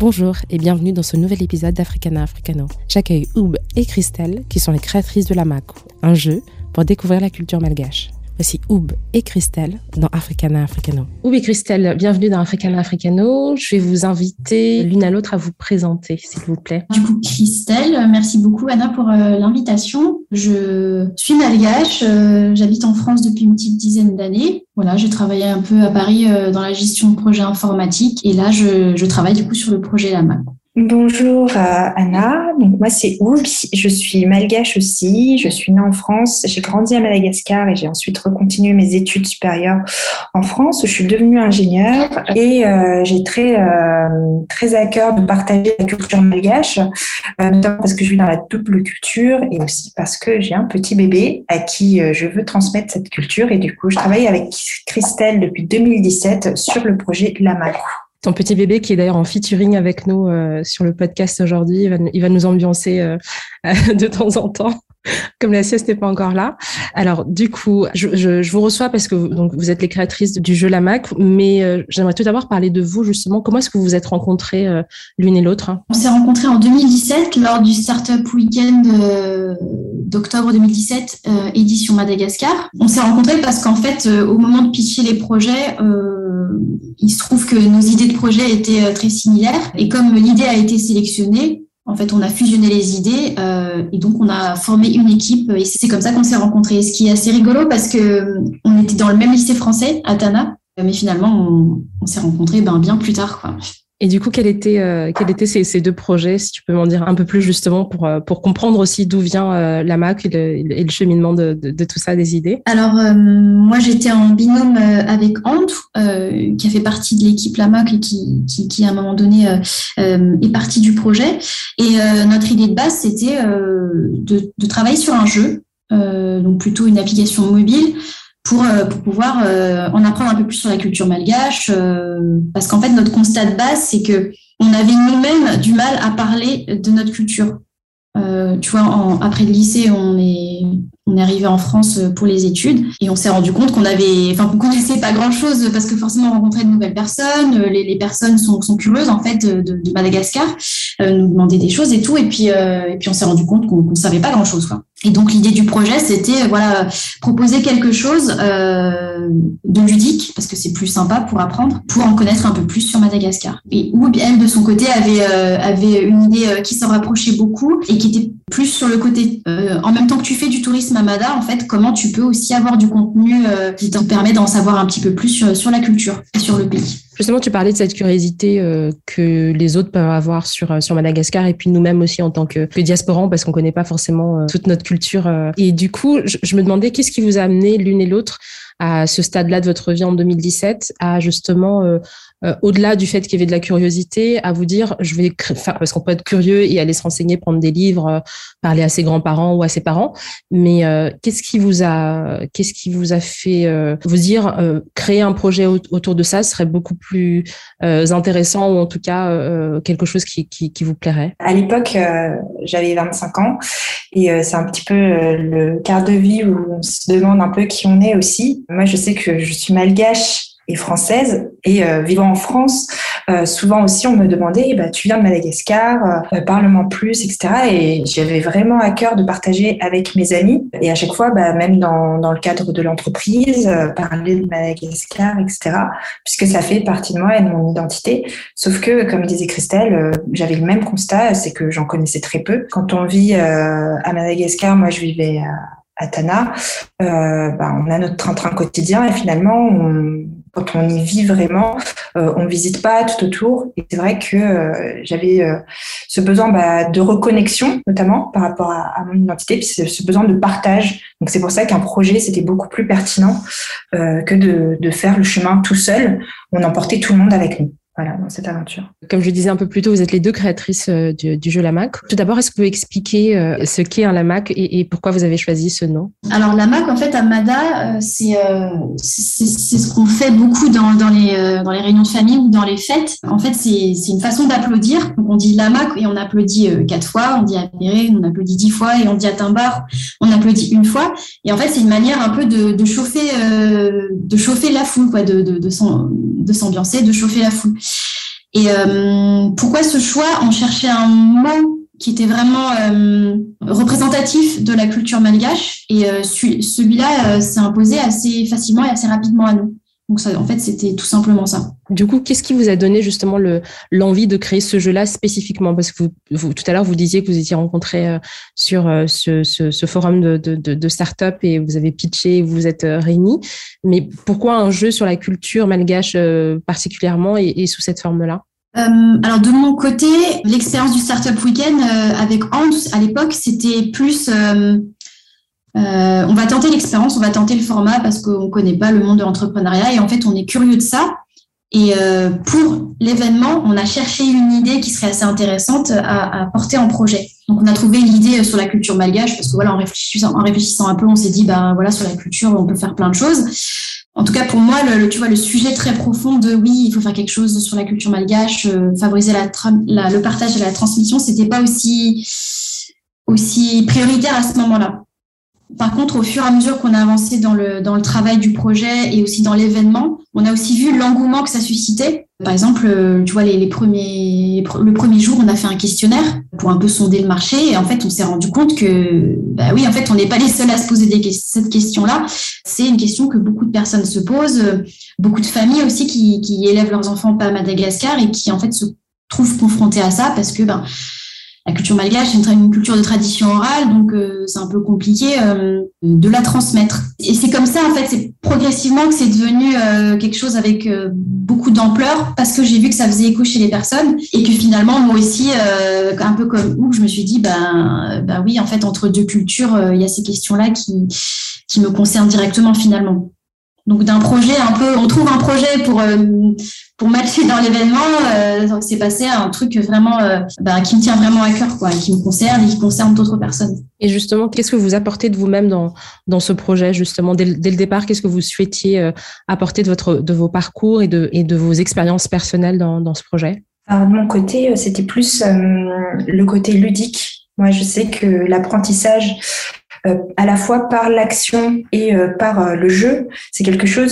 Bonjour et bienvenue dans ce nouvel épisode d'Africana Africano. J'accueille Oub et Christelle qui sont les créatrices de l'Amak, un jeu pour découvrir la culture malgache. Voici Oub et Christelle dans Africana Africano. Oub et Christelle, bienvenue dans Africana Africano. Je vais vous inviter l'une à l'autre à vous présenter, s'il vous plaît. Du coup, Christelle, merci beaucoup Anna pour l'invitation. Je suis malgache, j'habite en France depuis une petite dizaine d'années. Voilà, j'ai travaillé un peu à Paris dans la gestion de projets informatiques et là, je travaille du coup sur le projet L'Amak. Bonjour Anna, donc moi c'est Oub, je suis malgache aussi, je suis née en France, j'ai grandi à Madagascar et j'ai ensuite recontinué mes études supérieures en France où je suis devenue ingénieure et j'ai très à cœur de partager la culture malgache, notamment parce que je vis dans la double culture et aussi parce que j'ai un petit bébé à qui je veux transmettre cette culture et du coup je travaille avec Christelle depuis 2017 sur le projet L'Amak. Ton petit bébé qui est d'ailleurs en featuring avec nous sur le podcast aujourd'hui, il va nous ambiancer de temps en temps, comme la sieste n'est pas encore là. Alors du coup, je vous reçois parce que donc, vous êtes les créatrices du jeu L'Amak, mais j'aimerais tout d'abord parler de vous justement. Comment est-ce que vous vous êtes rencontrées l'une et l'autre? On s'est rencontrées en 2017 lors du Startup Weekend d'octobre 2017, édition Madagascar. On s'est rencontrées parce qu'en fait, au moment de pitcher les projets, il se trouve que nos idées de projet étaient très similaires et comme l'idée a été sélectionnée, en fait, on a fusionné les idées et donc on a formé une équipe et c'est comme ça qu'on s'est rencontrés. Ce qui est assez rigolo parce que on était dans le même lycée français à Tana, mais finalement on s'est rencontrés bien plus tard, quoi. Et du coup, quels étaient ces deux projets, si tu peux m'en dire un peu plus justement pour comprendre aussi d'où vient L'Amak et le cheminement de tout ça, des idées. Alors, moi, j'étais en binôme avec Ant, qui a fait partie de l'équipe L'Amak et qui à un moment donné est partie du projet. Et notre idée de base, c'était de travailler sur un jeu, donc plutôt une application mobile, pour pouvoir en apprendre un peu plus sur la culture malgache, parce qu'en fait, notre constat de base, c'est que on avait nous-mêmes du mal à parler de notre culture. Tu vois, après le lycée, on est arrivé en France pour les études et on s'est rendu compte qu'on connaissait pas grand-chose parce que forcément on rencontrait de nouvelles personnes, les personnes sont curieuses en fait de Madagascar, nous demandaient des choses et tout et puis on s'est rendu compte qu'on savait pas grand-chose, quoi. Et donc l'idée du projet c'était proposer quelque chose de ludique parce que c'est plus sympa pour apprendre, pour en connaître un peu plus sur Madagascar. Et Oub, elle de son côté avait une idée qui s'en rapprochait beaucoup et qui était plus sur le côté en même temps que tu fais du tourisme à Mada, en fait, comment tu peux aussi avoir du contenu qui te permet d'en savoir un petit peu plus sur la culture et sur le pays. Justement, tu parlais de cette curiosité que les autres peuvent avoir sur Madagascar et puis nous-mêmes aussi en tant que diasporants parce qu'on connaît pas forcément toute notre culture. Et du coup, je me demandais qu'est-ce qui vous a amené l'une et l'autre à ce stade-là de votre vie en 2017 à justement, au-delà du fait qu'il y avait de la curiosité, à vous dire, parce qu'on peut être curieux et aller se renseigner, prendre des livres, parler à ses grands-parents ou à ses parents, mais qu'est-ce qui vous a fait vous dire, créer un projet autour de ça serait beaucoup plus intéressant ou en tout cas quelque chose qui vous plairait? À l'époque, j'avais 25 ans et c'est un petit peu le quart de vie où on se demande un peu qui on est aussi. Moi, je sais que je suis malgache et française et vivant en France, souvent aussi on me demandait tu viens de Madagascar, parle-moi plus, etc. Et j'avais vraiment à cœur de partager avec mes amis et à chaque fois même dans le cadre de l'entreprise, parler de Madagascar, etc. puisque ça fait partie de moi et de mon identité. Sauf que comme disait Christelle, j'avais le même constat, c'est que j'en connaissais très peu. Quand on vit à Madagascar, moi je vivais à Tana, on a notre train-train quotidien et finalement quand on y vit vraiment, on visite pas tout autour. Et c'est vrai que j'avais ce besoin de reconnexion, notamment par rapport à mon identité, puis ce besoin de partage. Donc c'est pour ça qu'un projet, c'était beaucoup plus pertinent que de faire le chemin tout seul. On emportait tout le monde avec nous. Voilà, dans cette aventure. Comme je disais un peu plus tôt, vous êtes les deux créatrices du jeu L'Amak. Tout d'abord, est-ce que vous pouvez expliquer ce qu'est un L'Amak et pourquoi vous avez choisi ce nom? Alors, L'Amak, en fait, à Mada, c'est ce qu'on fait beaucoup dans les réunions de famille ou dans les fêtes. En fait, c'est une façon d'applaudir. Donc, on dit L'Amak et on applaudit 4 fois. On dit à Péré, on applaudit 10 fois. Et on dit à Timbar, on applaudit 1 fois. Et en fait, c'est une manière un peu de chauffer la foule, quoi, de s'ambiancer, de chauffer la foule. Et pourquoi ce choix? On cherchait un mot qui était vraiment représentatif de la culture malgache, et celui-là s'est imposé assez facilement et assez rapidement à nous. Donc ça, en fait, c'était tout simplement ça. Du coup, qu'est-ce qui vous a donné justement l'envie de créer ce jeu-là spécifiquement? Parce que vous tout à l'heure, vous disiez que vous étiez rencontrés sur ce forum de start-up et vous avez pitché et vous vous êtes réunis. Mais pourquoi un jeu sur la culture malgache particulièrement et sous cette forme-là? Alors de mon côté, l'expérience du Startup Weekend avec Hans à l'époque, c'était plus on va tenter l'expérience, on va tenter le format parce qu'on ne connaît pas le monde de l'entrepreneuriat et en fait on est curieux de ça. Et pour l'événement, on a cherché une idée qui serait assez intéressante à porter en projet. Donc on a trouvé l'idée sur la culture malgache parce que voilà, en réfléchissant un peu, on s'est dit bah voilà, sur la culture on peut faire plein de choses. En tout cas, pour moi, le sujet très profond de oui, il faut faire quelque chose sur la culture malgache, favoriser le partage et la transmission, c'était pas aussi prioritaire à ce moment-là. Par contre, au fur et à mesure qu'on a avancé dans le travail du projet et aussi dans l'événement, on a aussi vu l'engouement que ça suscitait. Par exemple, tu vois, le premier jour, on a fait un questionnaire pour un peu sonder le marché. Et en fait, on s'est rendu compte que, bah oui, en fait, on n'est pas les seuls à se poser cette question-là. C'est une question que beaucoup de personnes se posent. Beaucoup de familles aussi qui élèvent leurs enfants pas à Madagascar et qui, en fait, se trouvent confrontées à ça parce que, la culture malgache, c'est une culture de tradition orale, donc c'est un peu compliqué de la transmettre. Et c'est comme ça, en fait, c'est progressivement que c'est devenu quelque chose avec beaucoup d'ampleur, parce que j'ai vu que ça faisait écho chez les personnes, et que finalement, moi aussi, un peu comme où je me suis dit, bah oui, en fait, entre deux cultures, il y a ces questions-là qui me concernent directement finalement. Donc d'un projet un peu, on trouve un projet pour matcher dans l'événement, donc c'est passé à un truc vraiment qui me tient vraiment à cœur, quoi, et qui me concerne et qui concerne d'autres personnes. Et justement, qu'est-ce que vous apportez de vous-même dans ce projet, justement, dès le départ? Qu'est-ce que vous souhaitiez apporter de vos parcours et de vos expériences personnelles dans ce projet? Alors, de mon côté, c'était plus le côté ludique. Moi, je sais que l'apprentissage, à la fois par l'action et par le jeu, c'est quelque chose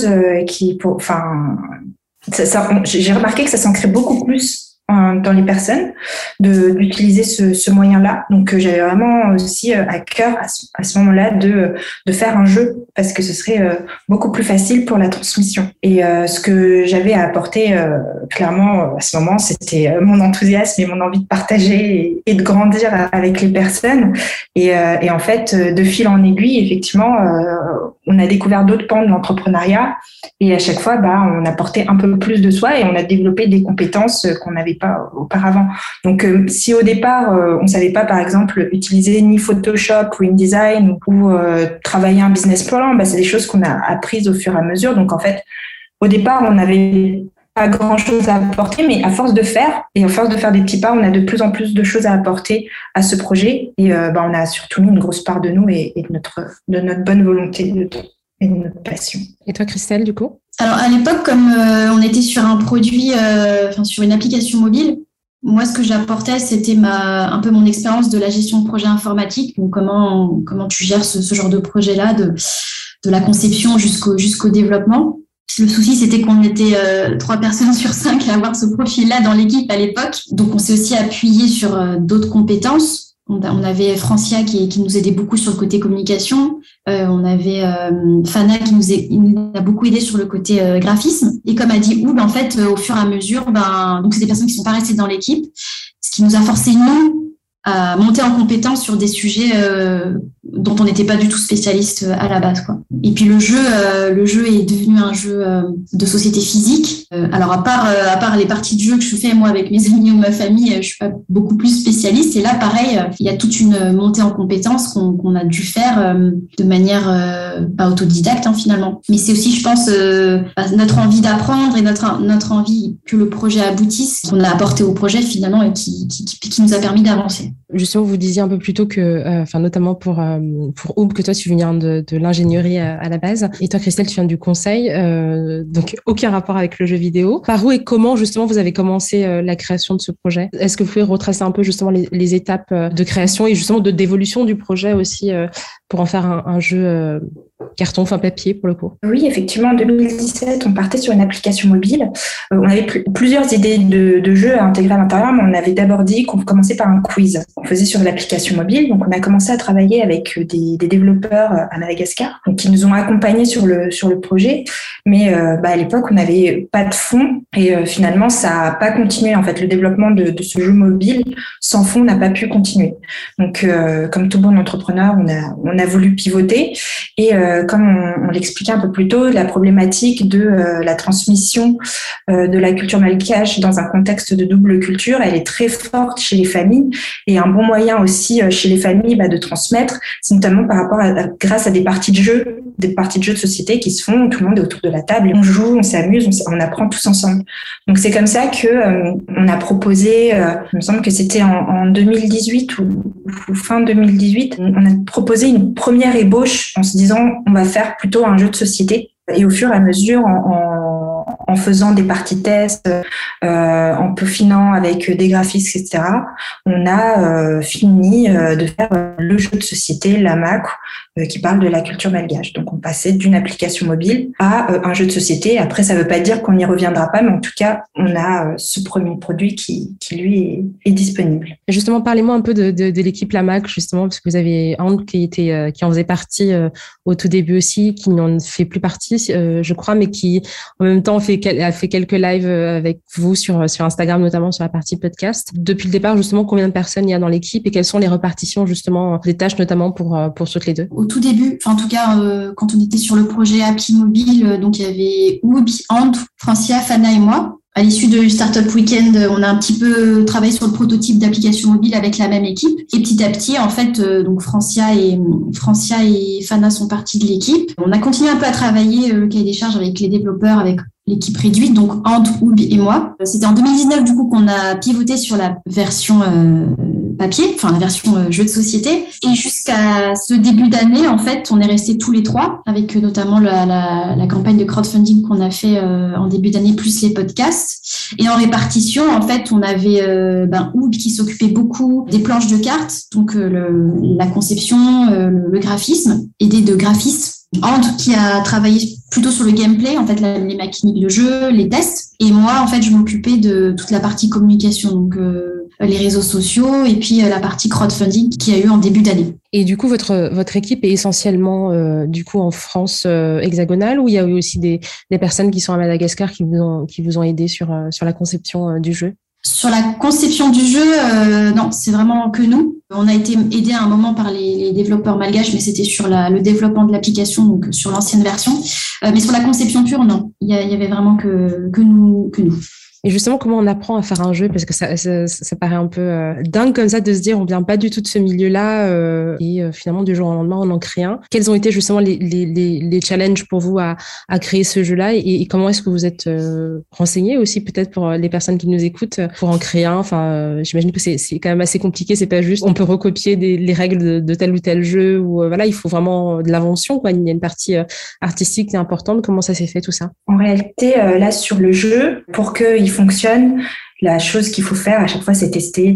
j'ai remarqué que ça s'ancrait beaucoup plus dans les personnes d'utiliser ce moyen-là. Donc j'avais vraiment aussi à cœur à ce moment-là de faire un jeu parce que ce serait beaucoup plus facile pour la transmission. Et ce que j'avais à apporter clairement à ce moment, c'était mon enthousiasme et mon envie de partager et de grandir avec les personnes. Et en fait, de fil en aiguille, effectivement, on a découvert d'autres pans de l'entrepreneuriat et à chaque fois, on apportait un peu plus de soi et on a développé des compétences qu'on n'avait pas auparavant. Donc, si au départ, on ne savait pas, par exemple, utiliser ni Photoshop ou InDesign ou travailler un business plan, c'est des choses qu'on a apprises au fur et à mesure. Donc, en fait, au départ, on n'avait pas grand-chose à apporter, mais à force de faire des petits pas, on a de plus en plus de choses à apporter à ce projet. Et on a surtout mis une grosse part de nous et de notre bonne volonté et de notre passion. Et toi, Christelle, du coup? Alors, à l'époque, comme on était sur un produit, sur une application mobile, moi, ce que j'apportais, c'était un peu mon expérience de la gestion de projet informatique. Donc, comment tu gères ce genre de projet-là, de la conception jusqu'au développement. Le souci, c'était qu'on était 3 personnes sur 5 à avoir ce profil-là dans l'équipe à l'époque. Donc, on s'est aussi appuyé sur d'autres compétences. On avait Francia qui nous aidait beaucoup sur le côté communication. On avait Fana qui nous a beaucoup aidé sur le côté graphisme. Et comme a dit Oud, en fait, au fur et à mesure, donc c'est des personnes qui sont pas restées dans l'équipe, ce qui nous a forcé, nous, à monter en compétence sur des sujets dont on n'était pas du tout spécialiste à la base, quoi. Et puis le jeu est devenu un jeu de société physique. Alors à part les parties de jeu que je fais moi avec mes amis ou ma famille, je suis pas beaucoup plus spécialiste. Et là, pareil, il y a toute une montée en compétences qu'on a dû faire de manière autodidacte finalement. Mais c'est aussi, je pense, notre envie d'apprendre et notre envie que le projet aboutisse, qu'on a apporté au projet finalement et qui nous a permis d'avancer. Justement, vous disiez un peu plus tôt que, notamment pour Oub, que toi, tu viens de l'ingénierie à la base. Et toi, Christelle, tu viens du conseil. Donc, aucun rapport avec le jeu vidéo. Par où et comment, justement, vous avez commencé la création de ce projet? Est-ce que vous pouvez retracer un peu, justement, les étapes de création et, justement, d'évolution du projet aussi pour en faire un jeu carton, enfin papier pour le coup. Oui, effectivement, en 2017, on partait sur une application mobile. On avait plusieurs idées de jeux à intégrer à l'intérieur, mais on avait d'abord dit qu'on commençait par un quiz. On faisait sur l'application mobile, donc on a commencé à travailler avec des développeurs à Madagascar, donc qui nous ont accompagnés sur le projet. Mais à l'époque, on n'avait pas de fonds et finalement, ça n'a pas continué. En fait, le développement de ce jeu mobile sans fonds n'a pas pu continuer. Donc, comme tout bon entrepreneur, on a voulu pivoter et comme on l'expliquait un peu plus tôt, la problématique de la transmission de la culture malgache dans un contexte de double culture, elle est très forte chez les familles et un bon moyen aussi chez les familles de transmettre, c'est notamment par rapport grâce à des parties de jeux de société qui se font, tout le monde est autour de la table, on joue, on s'amuse, on apprend tous ensemble. Donc c'est comme ça que on a proposé, il me semble que c'était en 2018 ou fin 2018, on a proposé une première ébauche en se disant on va faire plutôt un jeu de société. Et au fur et à mesure, en faisant des parties tests, en peaufinant avec des graphistes, etc., on a fini de faire le jeu de société, l'AMAC, qui parle de la culture malgache. Donc, on passait d'une application mobile à un jeu de société. Après, ça ne veut pas dire qu'on n'y reviendra pas, mais en tout cas, on a ce premier produit qui lui, est disponible. Justement, parlez-moi un peu de l'équipe l'AMAC, justement, parce que vous avez Anne qui en faisait partie au tout début aussi, qui n'en fait plus partie, je crois, mais qui, en même temps, a fait quelques lives avec vous sur Instagram, notamment sur la partie podcast. Depuis le départ, justement, combien de personnes il y a dans l'équipe et quelles sont les répartitions, justement, des tâches, notamment pour toutes les deux? Au tout début, en tout cas, quand on était sur le projet Appli Mobile, donc il y avait Oubi, Ande, Francia, Fana et moi. À l'issue de Startup Weekend, on a un petit peu travaillé sur le prototype d'application mobile avec la même équipe. Et petit à petit, en fait, donc Francia et Fana sont partis de l'équipe. On a continué un peu à travailler le cahier des charges avec les développeurs, avec l'équipe réduite, donc Ande, Oub et moi. C'était en 2019, du coup, qu'on a pivoté sur la version papier, enfin la version jeu de société. Et jusqu'à ce début d'année, en fait, on est restés tous les trois, avec notamment la campagne de crowdfunding qu'on a fait en début d'année, plus les podcasts. Et en répartition, en fait, on avait Oub qui s'occupait beaucoup des planches de cartes, donc la conception, le graphisme, aidé de graphistes. Ande qui a travaillé plutôt sur le gameplay, en fait, les mécaniques de jeu, les tests. Et moi, en fait, je m'occupais de toute la partie communication, donc les réseaux sociaux et puis la partie crowdfunding qu'il y a eu en début d'année. Et du coup, votre équipe est essentiellement du coup en France hexagonale, ou il y a eu aussi des personnes qui sont à Madagascar qui vous ont aidé sur la conception du jeu? Sur la conception du jeu, non, c'est vraiment que nous. On a été aidé à un moment par les développeurs malgaches, mais c'était sur le développement de l'application, donc sur l'ancienne version. Mais sur la conception pure, non. Il y avait vraiment que nous. Et justement, comment on apprend à faire un jeu? Parce que ça paraît un peu dingue comme ça de se dire on vient pas du tout de ce milieu-là et finalement du jour au lendemain on en crée un. Quels ont été justement les challenges pour vous à créer ce jeu-là et comment est-ce que vous êtes renseigné aussi peut-être pour les personnes qui nous écoutent pour en créer un? Enfin, j'imagine que c'est quand même assez compliqué. C'est pas juste on peut recopier les règles de tel ou tel jeu ou voilà, il faut vraiment de l'invention quoi. Il y a une partie artistique qui est importante. Comment ça s'est fait tout ça? En réalité, là sur le jeu, pour qu'il fonctionne, la chose qu'il faut faire à chaque fois, c'est tester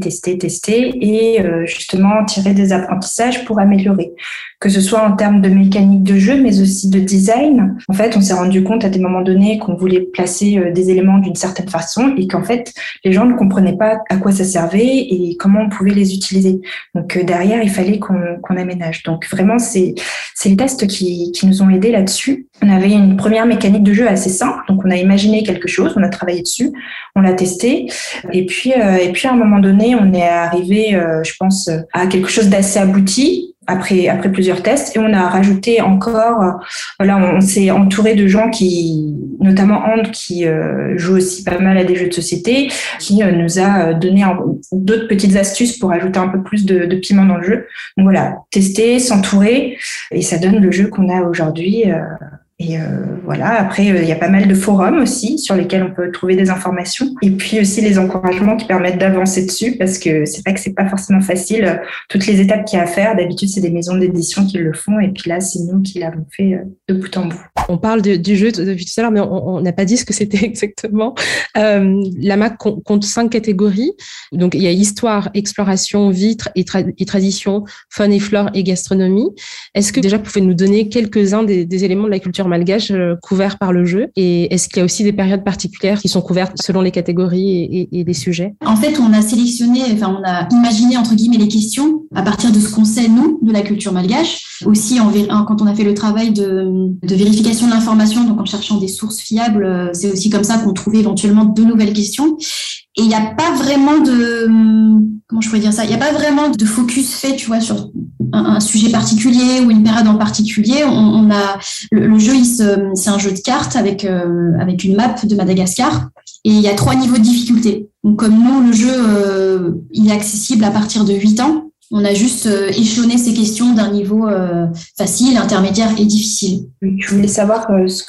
et justement tirer des apprentissages pour améliorer. Que ce soit en termes de mécanique de jeu, mais aussi de design. En fait, on s'est rendu compte à des moments donnés qu'on voulait placer des éléments d'une certaine façon et qu'en fait, les gens ne comprenaient pas à quoi ça servait et comment on pouvait les utiliser. Donc derrière, il fallait qu'on aménage. Donc vraiment, c'est les tests qui nous ont aidés là-dessus. On avait une première mécanique de jeu assez simple, donc on a imaginé quelque chose, on a travaillé dessus, on l'a testé, et puis à un moment donné, on est arrivé, je pense, à quelque chose d'assez abouti. Après plusieurs tests, et on a rajouté encore, on s'est entouré de gens qui, notamment Ande, qui joue aussi pas mal à des jeux de société, qui nous a donné d'autres petites astuces pour ajouter un peu plus de piment dans le jeu. Donc voilà, tester, s'entourer, et ça donne le jeu qu'on a aujourd'hui. Et voilà. Après, il y a pas mal de forums aussi sur lesquels on peut trouver des informations. Et puis aussi les encouragements qui permettent d'avancer dessus, parce que c'est vrai que c'est pas forcément facile. Toutes les étapes qu'il y a à faire, d'habitude, c'est des maisons d'édition qui le font. Et puis là, c'est nous qui l'avons fait de bout en bout. On parle du jeu depuis tout à l'heure, mais on n'a pas dit ce que c'était exactement. L'AMAC compte 5 catégories. Donc, il y a histoire, exploration, vitre et tradition, faune et flore et gastronomie. Est-ce que déjà, vous pouvez nous donner quelques-uns des éléments de la culture malgache couverts par le jeu? Et est-ce qu'il y a aussi des périodes particulières qui sont couvertes selon les catégories et les sujets? En fait, on a imaginé, entre guillemets, les questions à partir de ce qu'on sait, nous, de la culture malgache. Aussi, quand on a fait le travail de vérification de l'information, donc en cherchant des sources fiables, c'est aussi comme ça qu'on trouvait éventuellement de nouvelles questions. Et il n'y a pas vraiment comment je pourrais dire ça? Il n'y a pas vraiment de focus fait, tu vois, sur un sujet particulier ou une période en particulier. Le jeu, c'est un jeu de cartes avec une map de Madagascar. Et il y a 3 niveaux de difficulté. Donc, comme nous, le jeu, il est accessible à partir de 8 ans. On a juste échelonné ces questions d'un niveau facile, intermédiaire et difficile. Je voulais savoir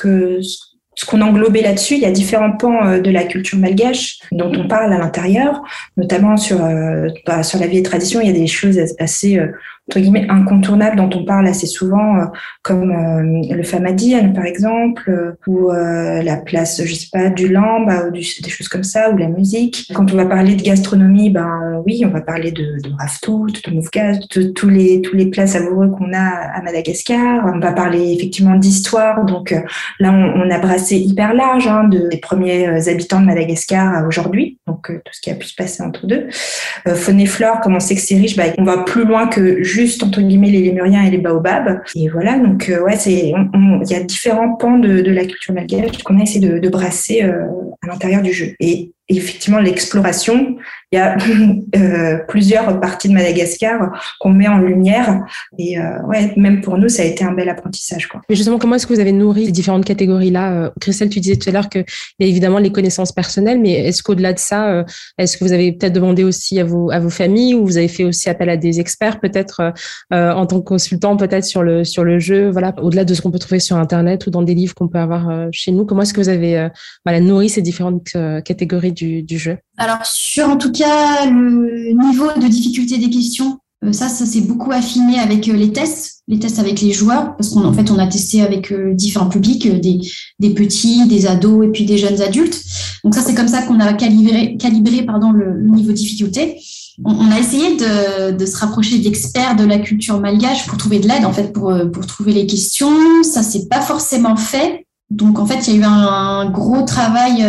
ce qu'on englobait là-dessus. Il y a différents pans de la culture malgache dont on parle à l'intérieur, notamment sur la vie et tradition. Il y a des choses assez entre guillemets incontournables dont on parle assez souvent, comme le Famadian par exemple, ou la place, je sais pas, du Lamba, ou des choses comme ça, ou la musique. Quand on va parler de gastronomie, oui, on va parler de raftout, de moufgaz, de tous les plats savoureux qu'on a à Madagascar. On va parler effectivement d'histoire, donc là on a brassé hyper large, des premiers habitants de Madagascar à aujourd'hui, donc tout ce qui a pu se passer entre deux. Faune et flore, comme on sait que c'est riche, on va plus loin que juste entre guillemets les lémuriens et les baobabs. Et voilà, donc il y a différents pans de la culture malgache qu'on a essayé de brasser à l'intérieur du jeu. Et effectivement, l'exploration, il y a plusieurs parties de Madagascar qu'on met en lumière. Et même pour nous, ça a été un bel apprentissage, quoi. Mais justement, comment est-ce que vous avez nourri ces différentes catégories-là? Christelle, tu disais tout à l'heure qu'il y a évidemment les connaissances personnelles, mais est-ce qu'au-delà de ça, est-ce que vous avez peut-être demandé aussi à vos familles, ou vous avez fait aussi appel à des experts, peut-être en tant que consultant, peut-être sur le jeu, voilà, au-delà de ce qu'on peut trouver sur Internet ou dans des livres qu'on peut avoir chez nous? Comment est-ce que vous avez nourri ces différentes catégories du jeu? Alors, en tout cas, le niveau de difficulté des questions, ça s'est beaucoup affiné avec les tests avec les joueurs, parce qu'en fait, on a testé avec différents publics, des petits, des ados et puis des jeunes adultes. Donc ça, c'est comme ça qu'on a calibré le niveau de difficulté. On a essayé de se rapprocher d'experts de la culture malgache pour trouver de l'aide, en fait, pour trouver les questions. Ça s'est pas forcément fait. Donc, en fait, il y a eu un gros travail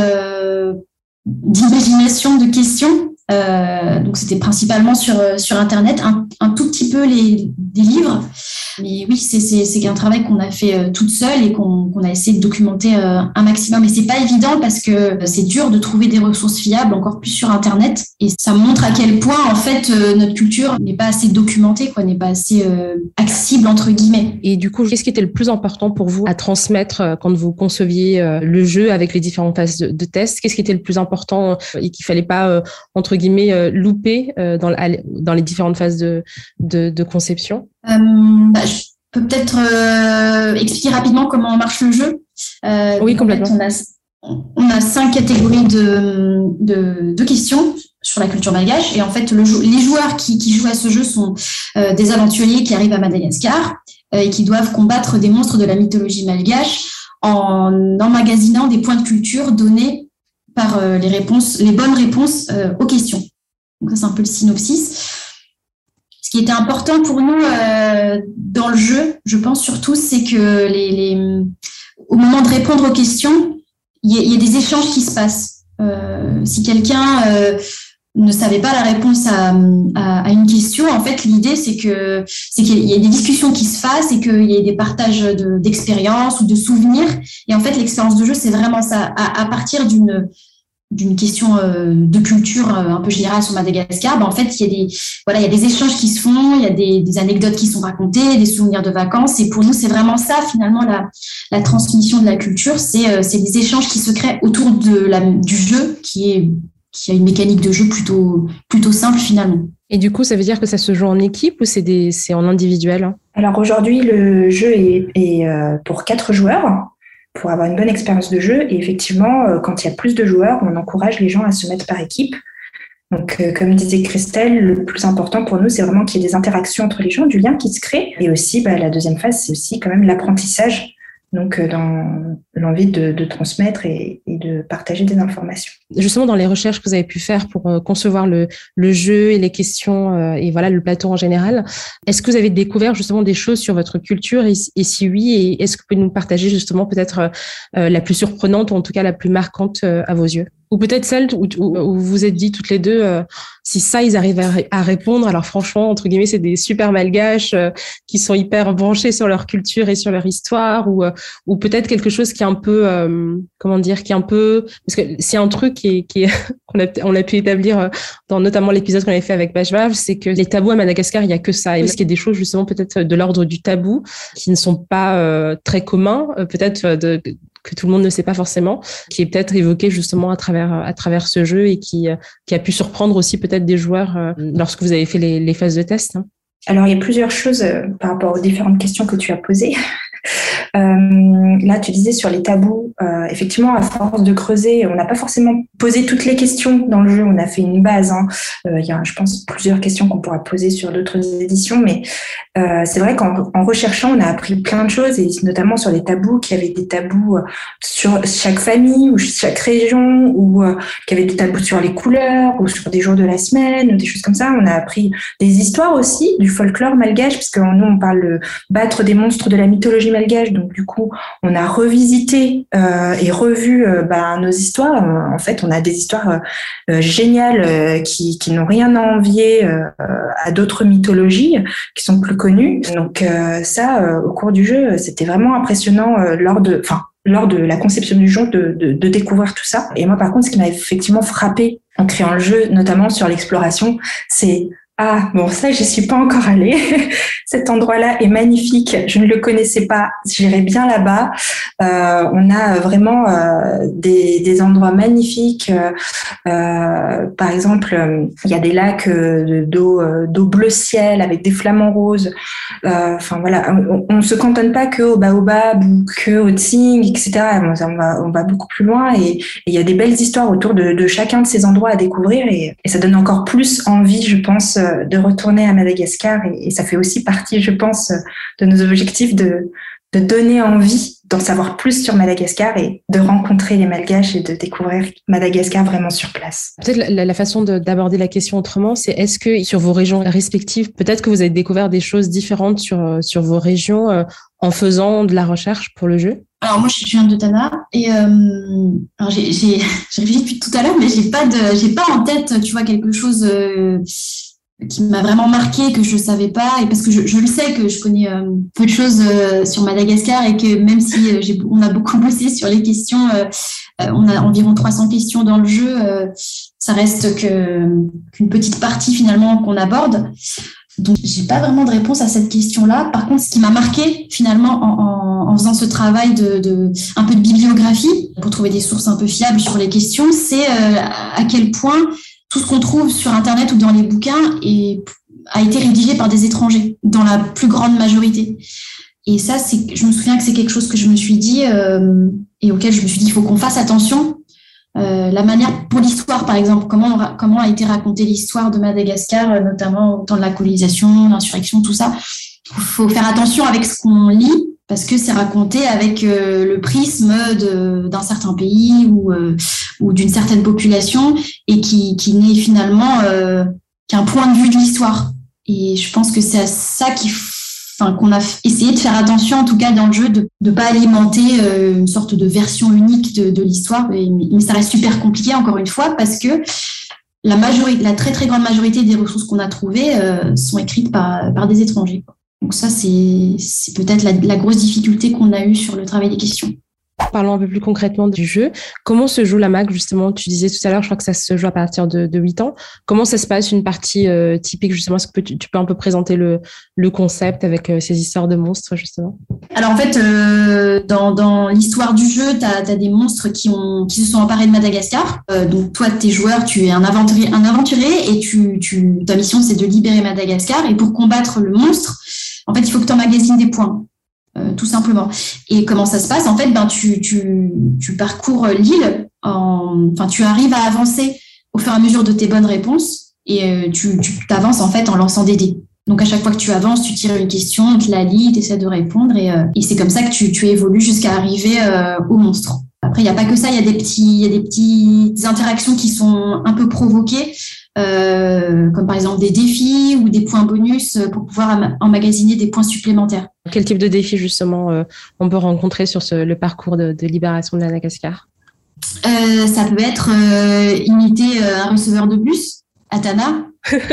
d'imagination de questions. Donc c'était principalement sur Internet, un tout petit peu des livres. Mais oui, c'est un travail qu'on a fait toute seule et qu'on a essayé de documenter un maximum. Et c'est pas évident parce que c'est dur de trouver des ressources fiables, encore plus sur Internet. Et ça montre à quel point, en fait, notre culture n'est pas assez documentée, n'est pas assez accessible, entre guillemets. Et du coup, qu'est-ce qui était le plus important pour vous à transmettre quand vous conceviez le jeu avec les différentes phases de test? Qu'est-ce qui était le plus important et qu'il fallait pas, entre guillemets, louper dans les différentes phases de conception? Je peux peut-être expliquer rapidement comment marche le jeu. Oui, complètement. En fait, on a 5 catégories de questions sur la culture malgache. Et en fait, les joueurs qui jouent à ce jeu sont des aventuriers qui arrivent à Madagascar et qui doivent combattre des monstres de la mythologie malgache en emmagasinant des points de culture donnés par les bonnes réponses aux questions. Donc ça, c'est un peu le synopsis. Ce qui était important pour nous dans le jeu, je pense surtout, c'est que au moment de répondre aux questions, il y a des échanges qui se passent. Si quelqu'un ne savait pas la réponse à une question, en fait, l'idée, c'est qu'il y ait des discussions qui se fassent et qu'il y ait des partages d'expériences ou de souvenirs. Et en fait, l'expérience de jeu, c'est vraiment ça. À partir d'une question de culture un peu générale sur Madagascar, en fait, il y a des échanges qui se font, il y a des anecdotes qui sont racontées, des souvenirs de vacances. Et pour nous, c'est vraiment ça, finalement, la transmission de la culture. C'est des échanges qui se créent autour du jeu, qui a une mécanique de jeu plutôt simple, finalement. Et du coup, ça veut dire que ça se joue en équipe ou c'est en individuel? Alors aujourd'hui, le jeu est pour 4 joueurs. pour avoir une bonne expérience de jeu. Et effectivement, quand il y a plus de joueurs, on encourage les gens à se mettre par équipe. Donc, comme disait Christelle, le plus important pour nous, c'est vraiment qu'il y ait des interactions entre les gens, du lien qui se crée. Et aussi, la deuxième phase, c'est aussi quand même l'apprentissage. Donc, dans l'envie de transmettre et de partager des informations. Justement, dans les recherches que vous avez pu faire pour concevoir le jeu et les questions et voilà le plateau en général, est-ce que vous avez découvert justement des choses sur votre culture et si oui, et est-ce que vous pouvez nous partager justement peut-être la plus surprenante ou en tout cas la plus marquante à vos yeux? Ou peut-être celle où vous vous êtes dit toutes les deux, si ça, ils arrivent à répondre, alors franchement, entre guillemets, c'est des super malgaches qui sont hyper branchés sur leur culture et sur leur histoire, ou peut-être quelque chose qui est un peu, qui est un peu, parce que c'est un truc qu'on a pu établir dans notamment l'épisode qu'on avait fait avec Bajvav, c'est que les tabous à Madagascar, il y a que ça. Et parce qu'il y a des choses justement peut-être de l'ordre du tabou qui ne sont pas très communs, peut-être que tout le monde ne sait pas forcément, qui est peut-être évoqué justement à travers ce jeu et qui a pu surprendre aussi peut-être des joueurs lorsque vous avez fait les phases de test. Alors, il y a plusieurs choses par rapport aux différentes questions que tu as posées. Là, tu disais sur les tabous, effectivement, à force de creuser, on n'a pas forcément posé toutes les questions dans le jeu, on a fait une base. Il y a, je pense, plusieurs questions qu'on pourra poser sur d'autres éditions, mais c'est vrai qu'en recherchant, on a appris plein de choses, et notamment sur les tabous, qu'il y avait des tabous sur chaque famille ou chaque région, ou qu'il y avait des tabous sur les couleurs, ou sur des jours de la semaine, ou des choses comme ça. On a appris des histoires aussi, du folklore malgache, parce que nous, on parle de battre des monstres de la mythologie malgache, donc du coup, on a revisité et revu nos histoires. En fait, on a des histoires géniales qui n'ont rien à envier à d'autres mythologies qui sont plus connues. Donc ça, au cours du jeu, c'était vraiment impressionnant lors de la conception du jeu de découvrir tout ça. Et moi, par contre, ce qui m'a effectivement frappé en créant le jeu, notamment sur l'exploration, c'est ça, j'y suis pas encore allée. Cet endroit-là est magnifique. Je ne le connaissais pas. J'irai bien là-bas. On a vraiment des endroits magnifiques. Par exemple, il y a des lacs d'eau bleu ciel avec des flamants roses. On se cantonne pas que au baobab ou que au tsing, etc. On va beaucoup plus loin, et il y a des belles histoires autour de chacun de ces endroits à découvrir, et ça donne encore plus envie, je pense, de retourner à Madagascar, et ça fait aussi partie, je pense, de nos objectifs de donner envie d'en savoir plus sur Madagascar et de rencontrer les Malgaches et de découvrir Madagascar vraiment sur place. Peut-être la façon d'aborder la question autrement, c'est est-ce que sur vos régions respectives, peut-être que vous avez découvert des choses différentes sur vos régions en faisant de la recherche pour le jeu? Alors moi, je viens de Tana, et j'ai réfléchi depuis tout à l'heure, mais j'ai pas en tête, tu vois, quelque chose qui m'a vraiment marqué, que je savais pas, et parce que je le sais que je connais peu de choses sur Madagascar, et que même si on a beaucoup bossé sur les questions, on a environ 300 questions dans le jeu, ça reste qu'une petite partie finalement qu'on aborde. Donc, j'ai pas vraiment de réponse à cette question-là. Par contre, ce qui m'a marqué finalement en faisant ce travail un peu de bibliographie pour trouver des sources un peu fiables sur les questions, c'est à quel point tout ce qu'on trouve sur Internet ou dans les bouquins a été rédigé par des étrangers, dans la plus grande majorité. Et ça, je me souviens que c'est quelque chose que je me suis dit et auquel je me suis dit, il faut qu'on fasse attention. La manière pour l'histoire, par exemple, comment a été racontée l'histoire de Madagascar, notamment au temps de la colonisation, l'insurrection, tout ça. Il faut faire attention avec ce qu'on lit, parce que c'est raconté avec le prisme d'un certain pays ou d'une certaine population, et qui n'est finalement qu'un point de vue de l'histoire. Et je pense que c'est à ça qu'on a essayé de faire attention, en tout cas dans le jeu, de ne pas alimenter une sorte de version unique de l'histoire. Mais ça reste super compliqué, encore une fois, parce que la très très grande majorité des ressources qu'on a trouvées sont écrites par des étrangers. Donc ça, c'est peut-être la grosse difficulté qu'on a eue sur le travail des questions. Parlons un peu plus concrètement du jeu. Comment se joue la MAC, justement? Tu disais tout à l'heure, je crois que ça se joue à partir de 8 ans. Comment ça se passe, une partie typique, justement? Est-ce que tu peux un peu présenter le concept avec ces histoires de monstres, justement? Alors, en fait, dans l'histoire du jeu, tu as des monstres qui se sont emparés de Madagascar. Donc, toi, tes joueurs, tu es un aventurier, et ta mission, c'est de libérer Madagascar. Et pour combattre le monstre, en fait, il faut que tu emmagasines des points. tout simplement. Et comment ça se passe? En fait, tu parcours l'île, tu arrives à avancer au fur et à mesure de tes bonnes réponses et tu t'avances en fait en lançant des dés. Donc à chaque fois que tu avances, tu tires une question, on te la lit, tu essaies de répondre et c'est comme ça que tu évolues jusqu'à arriver au monstre. Après, il n'y a pas que ça, il y a des petites interactions qui sont un peu provoquées, comme par exemple des défis ou des points bonus pour pouvoir emmagasiner des points supplémentaires. Quel type de défi, justement, on peut rencontrer sur le parcours de libération de Madagascar? Ça peut être imiter un receveur de bus, Atana.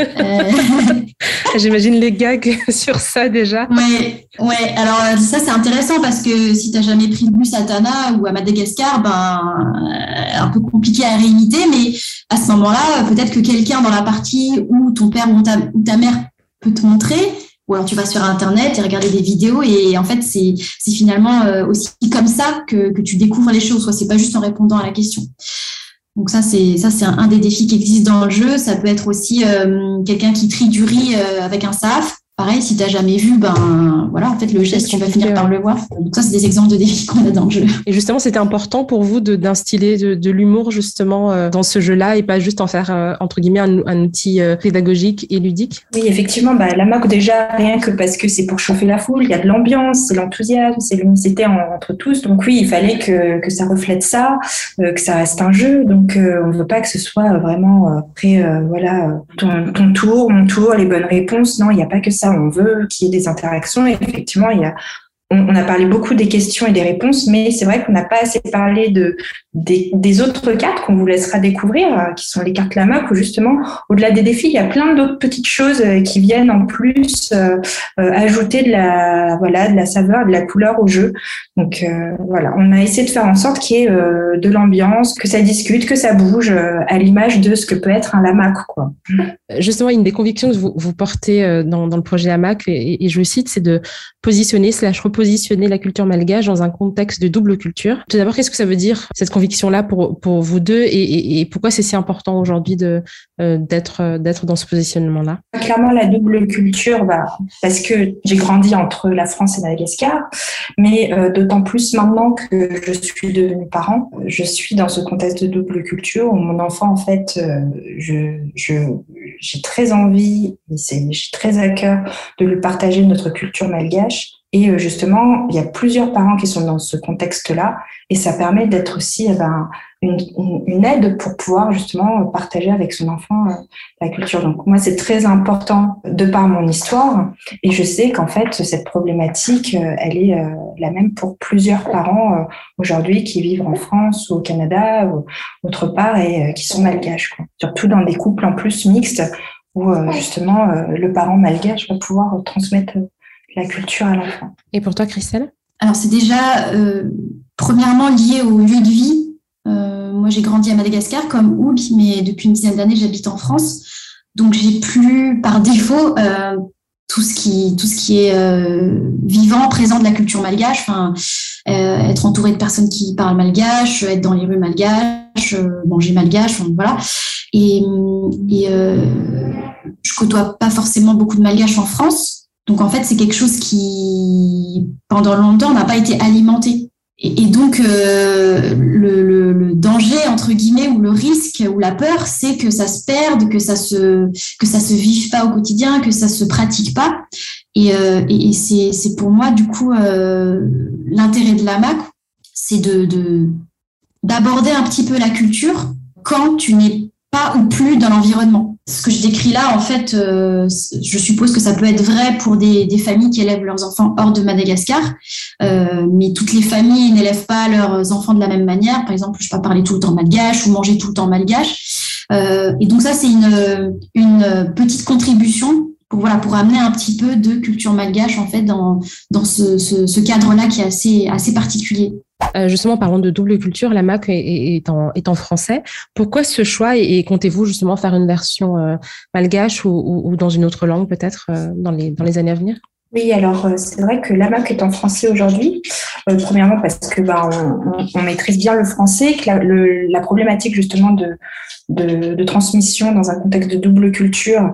J'imagine les gags sur ça déjà. Ouais. Alors ça c'est intéressant parce que si t'as jamais pris le bus à Tana ou à Madagascar, un peu compliqué à réimiter, mais à ce moment-là, peut-être que quelqu'un dans la partie où ton père ou ta mère peut te montrer, ou alors tu vas sur Internet et regarder des vidéos et en fait c'est finalement aussi comme ça que tu découvres les choses. Soit c'est pas juste en répondant à la question. Donc ça c'est un des défis qui existent dans le jeu. Ça peut être aussi quelqu'un qui trie du riz avec un SAF. Pareil, si tu n'as jamais vu, en fait, le geste, tu vas finir par le voir. Donc ça, c'est des exemples de défis qu'on a dans le jeu. Et justement, c'était important pour vous d'instiller de l'humour, justement, dans ce jeu-là et pas juste en faire, entre guillemets, un outil pédagogique et ludique? Oui, effectivement, la moque, déjà, rien que parce que c'est pour chauffer la foule, il y a de l'ambiance, c'est l'enthousiasme, c'est l'unicité entre tous. Donc oui, il fallait que ça reflète ça, que ça reste un jeu. Donc on ne veut pas que ce soit vraiment après, ton tour, mon tour, les bonnes réponses. Non, il n'y a pas que ça. On veut qu'il y ait des interactions. Et effectivement, on a parlé beaucoup des questions et des réponses, mais c'est vrai qu'on n'a pas assez parlé des autres cartes qu'on vous laissera découvrir, qui sont les cartes Lamac, où justement, au-delà des défis, il y a plein d'autres petites choses qui viennent en plus ajouter de la saveur, de la couleur au jeu. Donc on a essayé de faire en sorte qu'il y ait de l'ambiance, que ça discute, que ça bouge, à l'image de ce que peut être un Lamac, quoi. Justement, une des convictions que vous portez dans le projet Lamac, et je le cite, c'est de repositionner la culture malgache dans un contexte de double culture. Tout d'abord, qu'est-ce que ça veut dire, cette conviction-là, pour vous deux, et pourquoi c'est si important aujourd'hui d'être dans ce positionnement-là? Clairement, la double culture, parce que j'ai grandi entre la France et Madagascar, mais d'autant plus maintenant que je suis devenue parent, je suis dans ce contexte de double culture où mon enfant, en fait, j'ai très envie, j'ai très à cœur de lui partager notre culture malgache. Et justement, il y a plusieurs parents qui sont dans ce contexte-là et ça permet d'être aussi une aide pour pouvoir justement partager avec son enfant la culture. Donc moi, c'est très important de par mon histoire et je sais qu'en fait, cette problématique, elle est la même pour plusieurs parents aujourd'hui qui vivent en France ou au Canada ou autre part et qui sont malgaches, quoi. Surtout dans des couples en plus mixtes où justement le parent malgache va pouvoir transmettre la culture à l'enfant. Et pour toi, Christelle? Alors, c'est déjà premièrement lié au lieu de vie. Moi, j'ai grandi à Madagascar comme Oud, mais depuis une dizaine d'années, j'habite en France. Donc, j'ai plus, par défaut, tout ce qui est vivant, présent de la culture malgache. Être entouré de personnes qui parlent malgache, être dans les rues malgaches, manger malgache, voilà. Et je côtoie pas forcément beaucoup de malgaches en France. Donc, en fait, c'est quelque chose qui, pendant longtemps, n'a pas été alimenté. Et donc, le danger, entre guillemets, ou le risque, ou la peur, c'est que ça se perde, que ça se vive pas au quotidien, que ça se pratique pas. Et c'est pour moi, du coup, l'intérêt de Lamac, c'est d'aborder un petit peu la culture quand tu n'es pas ou plus dans l'environnement. Ce que je décris là, en fait, je suppose que ça peut être vrai pour des familles qui élèvent leurs enfants hors de Madagascar, mais toutes les familles n'élèvent pas leurs enfants de la même manière. Par exemple, je ne vais pas parler tout le temps malgache ou manger tout le temps malgache. Et donc ça, c'est une petite contribution pour amener un petit peu de culture malgache en fait dans ce cadre-là qui est assez particulier. Justement, parlons de double culture, Lamac est en français. Pourquoi ce choix et comptez-vous justement faire une version malgache ou dans une autre langue peut-être dans les années à venir? Oui, alors c'est vrai que l'AMAC est en français aujourd'hui. Premièrement parce que on maîtrise bien le français, que la problématique justement de transmission dans un contexte de double culture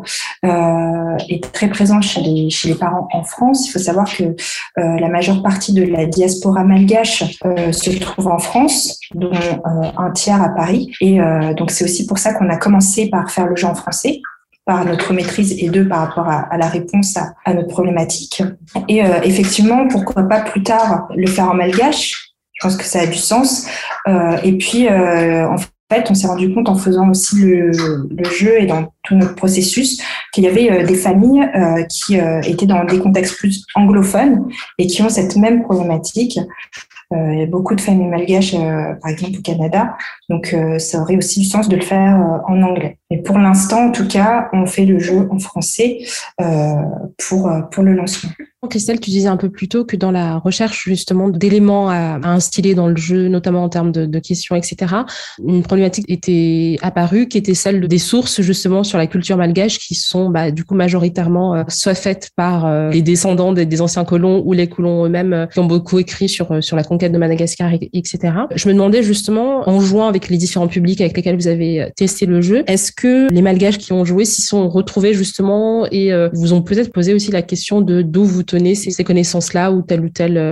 est très présente chez les parents en France. Il faut savoir que la majeure partie de la diaspora malgache se trouve en France, dont un tiers à Paris. Et donc c'est aussi pour ça qu'on a commencé par faire le jeu en français, par notre maîtrise et par rapport à la réponse à notre problématique. Et effectivement, pourquoi pas plus tard le faire en malgache? Je pense que ça a du sens. Et puis, en fait, on s'est rendu compte en faisant aussi le jeu et dans tout notre processus qu'il y avait des familles qui étaient dans des contextes plus anglophones et qui ont cette même problématique. Il y a beaucoup de familles malgaches, par exemple au Canada, donc ça aurait aussi du sens de le faire en anglais. Mais pour l'instant, en tout cas, on fait le jeu en français pour le lancement. Christelle, tu disais un peu plus tôt que dans la recherche justement d'éléments à instiller dans le jeu, notamment en termes de questions, etc., une problématique était apparue qui était celle des sources justement sur la culture malgache qui sont du coup majoritairement soit faites par les descendants des anciens colons ou les colons eux-mêmes qui ont beaucoup écrit sur la conquête de Madagascar, etc. Je me demandais justement, en jouant avec les différents publics avec lesquels vous avez testé le jeu, est-ce que les malgaches qui ont joué s'y sont retrouvés justement et vous ont peut-être posé aussi la question de d'où vous tenez ces connaissances-là ou telle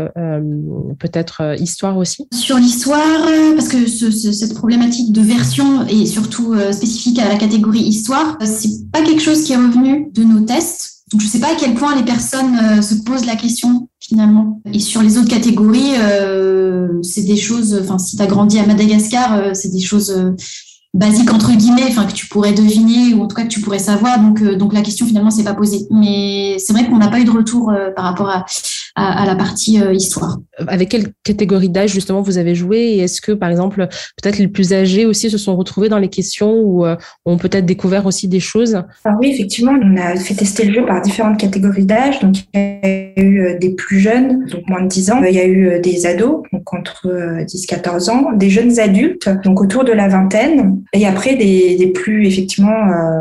peut-être histoire aussi? Sur l'histoire, parce que cette problématique de version est surtout spécifique à la catégorie histoire, c'est pas quelque chose qui est revenu de nos tests. Donc je sais pas à quel point les personnes se posent la question finalement. Et sur les autres catégories, c'est des choses, enfin si tu as grandi à Madagascar, c'est des choses basique entre guillemets, enfin que tu pourrais deviner ou en tout cas que tu pourrais savoir. Donc la question finalement s'est pas posée. Mais c'est vrai qu'on n'a pas eu de retour par rapport à la partie histoire. Avec quelle catégorie d'âge justement vous avez joué et est-ce que par exemple peut-être les plus âgés aussi se sont retrouvés dans les questions ou ont peut-être découvert aussi des choses? Alors oui, effectivement, on a fait tester le jeu par différentes catégories d'âge. Donc il y a eu des plus jeunes, donc moins de 10 ans. Il y a eu des ados, donc entre 10-14 ans, des jeunes adultes, donc autour de la vingtaine. Et après, des plus, effectivement,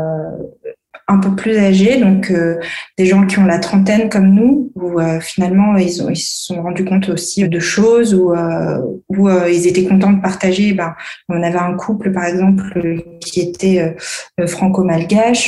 un peu plus âgés, donc des gens qui ont la trentaine comme nous, où finalement, ils se sont rendus compte aussi de choses, où ils étaient contents de partager. On avait un couple, par exemple, qui était franco-malgache.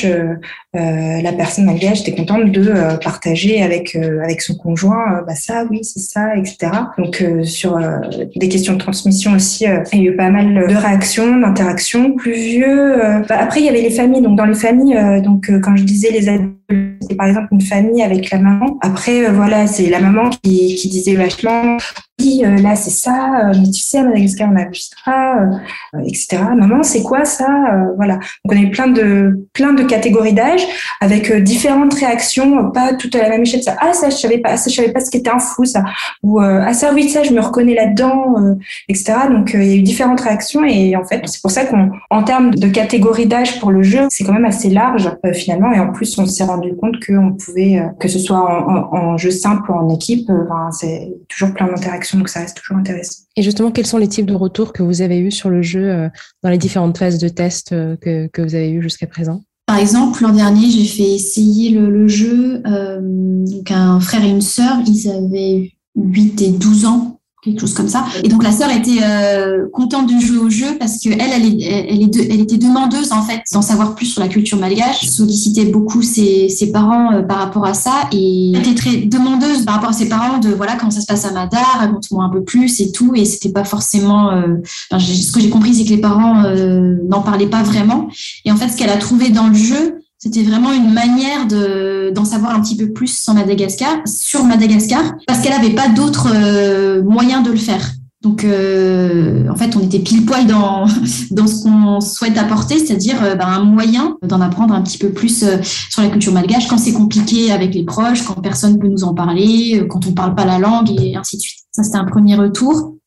La personne malgache était contente de partager avec son conjoint, ça, oui, c'est ça, etc. Donc, sur des questions de transmission aussi, il y a eu pas mal de réactions, d'interactions. Plus vieux, après, il y avait les familles. Donc, dans les familles, quand je disais les adultes, c'est par exemple une famille avec la maman. Après, voilà, c'est la maman qui disait vachement, oui, là, c'est ça, mais tu sais, à Madagascar, on a vu ça, etc. Maman, c'est quoi ça? Voilà. Donc, on a eu plein de catégories d'âge avec différentes réactions, pas toutes à la même échelle. Ça, ça, je savais pas ce qu'était un fou, ça. Ou, ça, oui, ça, je me reconnais là-dedans, etc. Donc, il y a eu différentes réactions et en fait, c'est pour ça en termes de catégorie d'âge pour le jeu, c'est quand même assez large, finalement. Et en plus, on s'est rendu compte qu'on pouvait, que ce soit en jeu simple ou en équipe, c'est toujours plein d'interactions. Donc, ça reste toujours intéressant. Et justement, quels sont les types de retours que vous avez eus sur le jeu dans les différentes phases de test que vous avez eues jusqu'à présent? Par exemple, l'an dernier, j'ai fait essayer le jeu donc un frère et une sœur. Ils avaient 8 et 12 ans. Quelque chose comme ça. Et donc la sœur était contente de jouer au jeu parce que elle était demandeuse en fait d'en savoir plus sur la culture malgache. Elle sollicitait beaucoup ses parents par rapport à ça et elle était très demandeuse par rapport à ses parents de voilà comment ça se passe à Madar, raconte-moi un peu plus et tout. Et c'était pas forcément. Ce que j'ai compris, c'est que les parents n'en parlaient pas vraiment. Et en fait, ce qu'elle a trouvé dans le jeu, c'était vraiment une manière d'en savoir un petit peu plus sur Madagascar, parce qu'elle n'avait pas d'autres moyens de le faire. Donc, en fait, on était pile poil dans ce qu'on souhaite apporter, c'est-à-dire un moyen d'en apprendre un petit peu plus sur la culture malgache quand c'est compliqué avec les proches, quand personne peut nous en parler, quand on ne parle pas la langue et ainsi de suite. Ça, c'était un premier retour.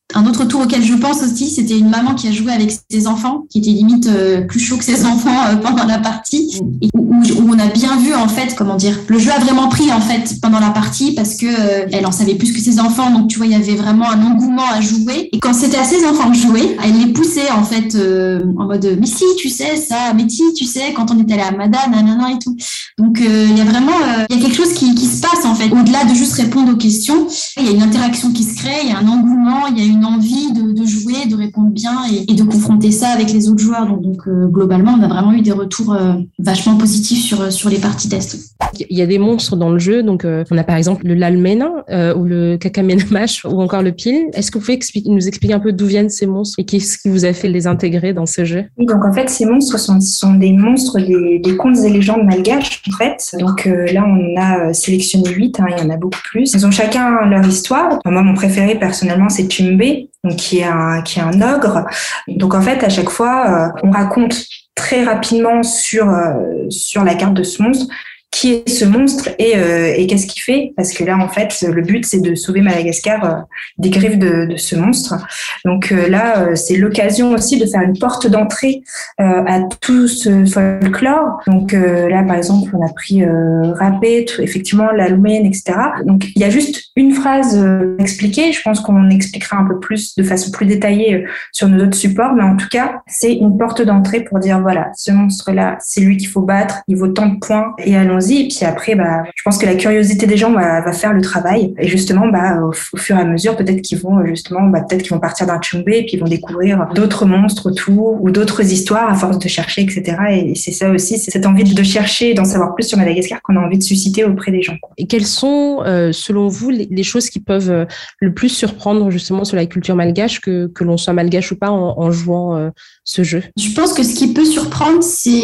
Un autre tour auquel je pense aussi, c'était une maman qui a joué avec ses enfants, qui était limite plus chaud que ses enfants pendant la partie, et où on a bien vu en fait, comment dire, le jeu a vraiment pris en fait pendant la partie parce que elle en savait plus que ses enfants, donc tu vois, il y avait vraiment un engouement à jouer. Et quand c'était à ses enfants de jouer, elle les poussait en fait en mode mais si tu sais ça, mais si tu sais quand on était allé à Madame, nanana et tout. Donc il y a vraiment il y a quelque chose qui se passe en fait, au-delà de juste répondre aux questions, il y a une interaction qui se crée, il y a un engouement, il y a une envie de jouer, de répondre bien et de confronter ça avec les autres joueurs. Donc globalement, on a vraiment eu des retours vachement positifs sur les parties test. Il y a des monstres dans le jeu, donc on a par exemple le lalmena ou le kakamenamash ou encore le pil. Est-ce que vous pouvez nous expliquer un peu d'où viennent ces monstres et qu'est-ce qui vous a fait les intégrer dans ce jeu? Oui, donc en fait, ces monstres sont des monstres des contes et légendes malgaches en fait. Donc là, on a sélectionné 8, il y en a beaucoup plus. Ils ont chacun leur histoire. Moi, mon préféré personnellement, c'est Chimbe, donc qui est un ogre. Donc en fait, à chaque fois, on raconte très rapidement sur la carte de ce monstre qui est ce monstre et qu'est-ce qu'il fait, parce que là en fait le but c'est de sauver Madagascar des griffes de ce monstre. Donc là c'est l'occasion aussi de faire une porte d'entrée à tout ce folklore. Donc là par exemple on a pris Rapé, effectivement la Loumen, etc. Donc il y a juste une phrase expliquée. Je pense qu'on expliquera un peu plus de façon plus détaillée sur nos autres supports, mais en tout cas c'est une porte d'entrée pour dire voilà, ce monstre là c'est lui qu'il faut battre, il vaut tant de points et allons-y. Et puis après, je pense que la curiosité des gens va faire le travail. Et justement, au fur et à mesure, peut-être qu'ils vont partir d'un Chumbe et puis ils vont découvrir d'autres monstres autour ou d'autres histoires à force de chercher, etc. Et c'est ça aussi, c'est cette envie de chercher, d'en savoir plus sur Madagascar qu'on a envie de susciter auprès des gens. Et quelles sont, selon vous, les choses qui peuvent le plus surprendre justement sur la culture malgache, que l'on soit malgache ou pas, en jouant ce jeu? Je pense que ce qui peut surprendre,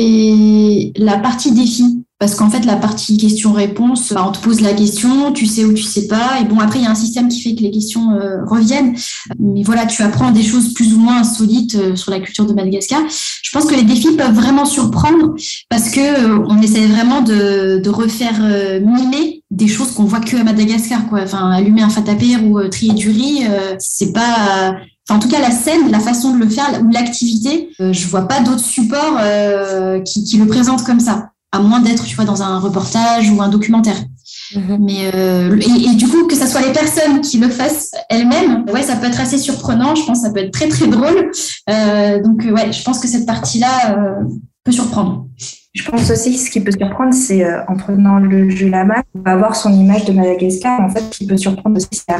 c'est la partie défi. Parce qu'en fait, la partie question-réponse, on te pose la question, tu sais ou tu sais pas. Et bon, après, il y a un système qui fait que les questions reviennent. Mais voilà, tu apprends des choses plus ou moins insolites sur la culture de Madagascar. Je pense que les défis peuvent vraiment surprendre parce que on essaie vraiment de refaire mimer des choses qu'on voit que à Madagascar, quoi. Enfin, allumer un fatapir ou trier du riz, c'est pas... Enfin, en tout cas, la scène, la façon de le faire ou l'activité, je vois pas d'autres supports qui le présentent comme ça, à moins d'être, tu vois, dans un reportage ou un documentaire. Mmh. Mais et du coup, que ça soit les personnes qui le fassent elles-mêmes, ouais, ça peut être assez surprenant. Je pense que ça peut être très très drôle. Donc ouais, je pense que cette partie-là peut surprendre. Je pense aussi ce qui peut surprendre, c'est en prenant le jeu la main, on va avoir son image de Madagascar. En fait, ce qui peut surprendre aussi, c'est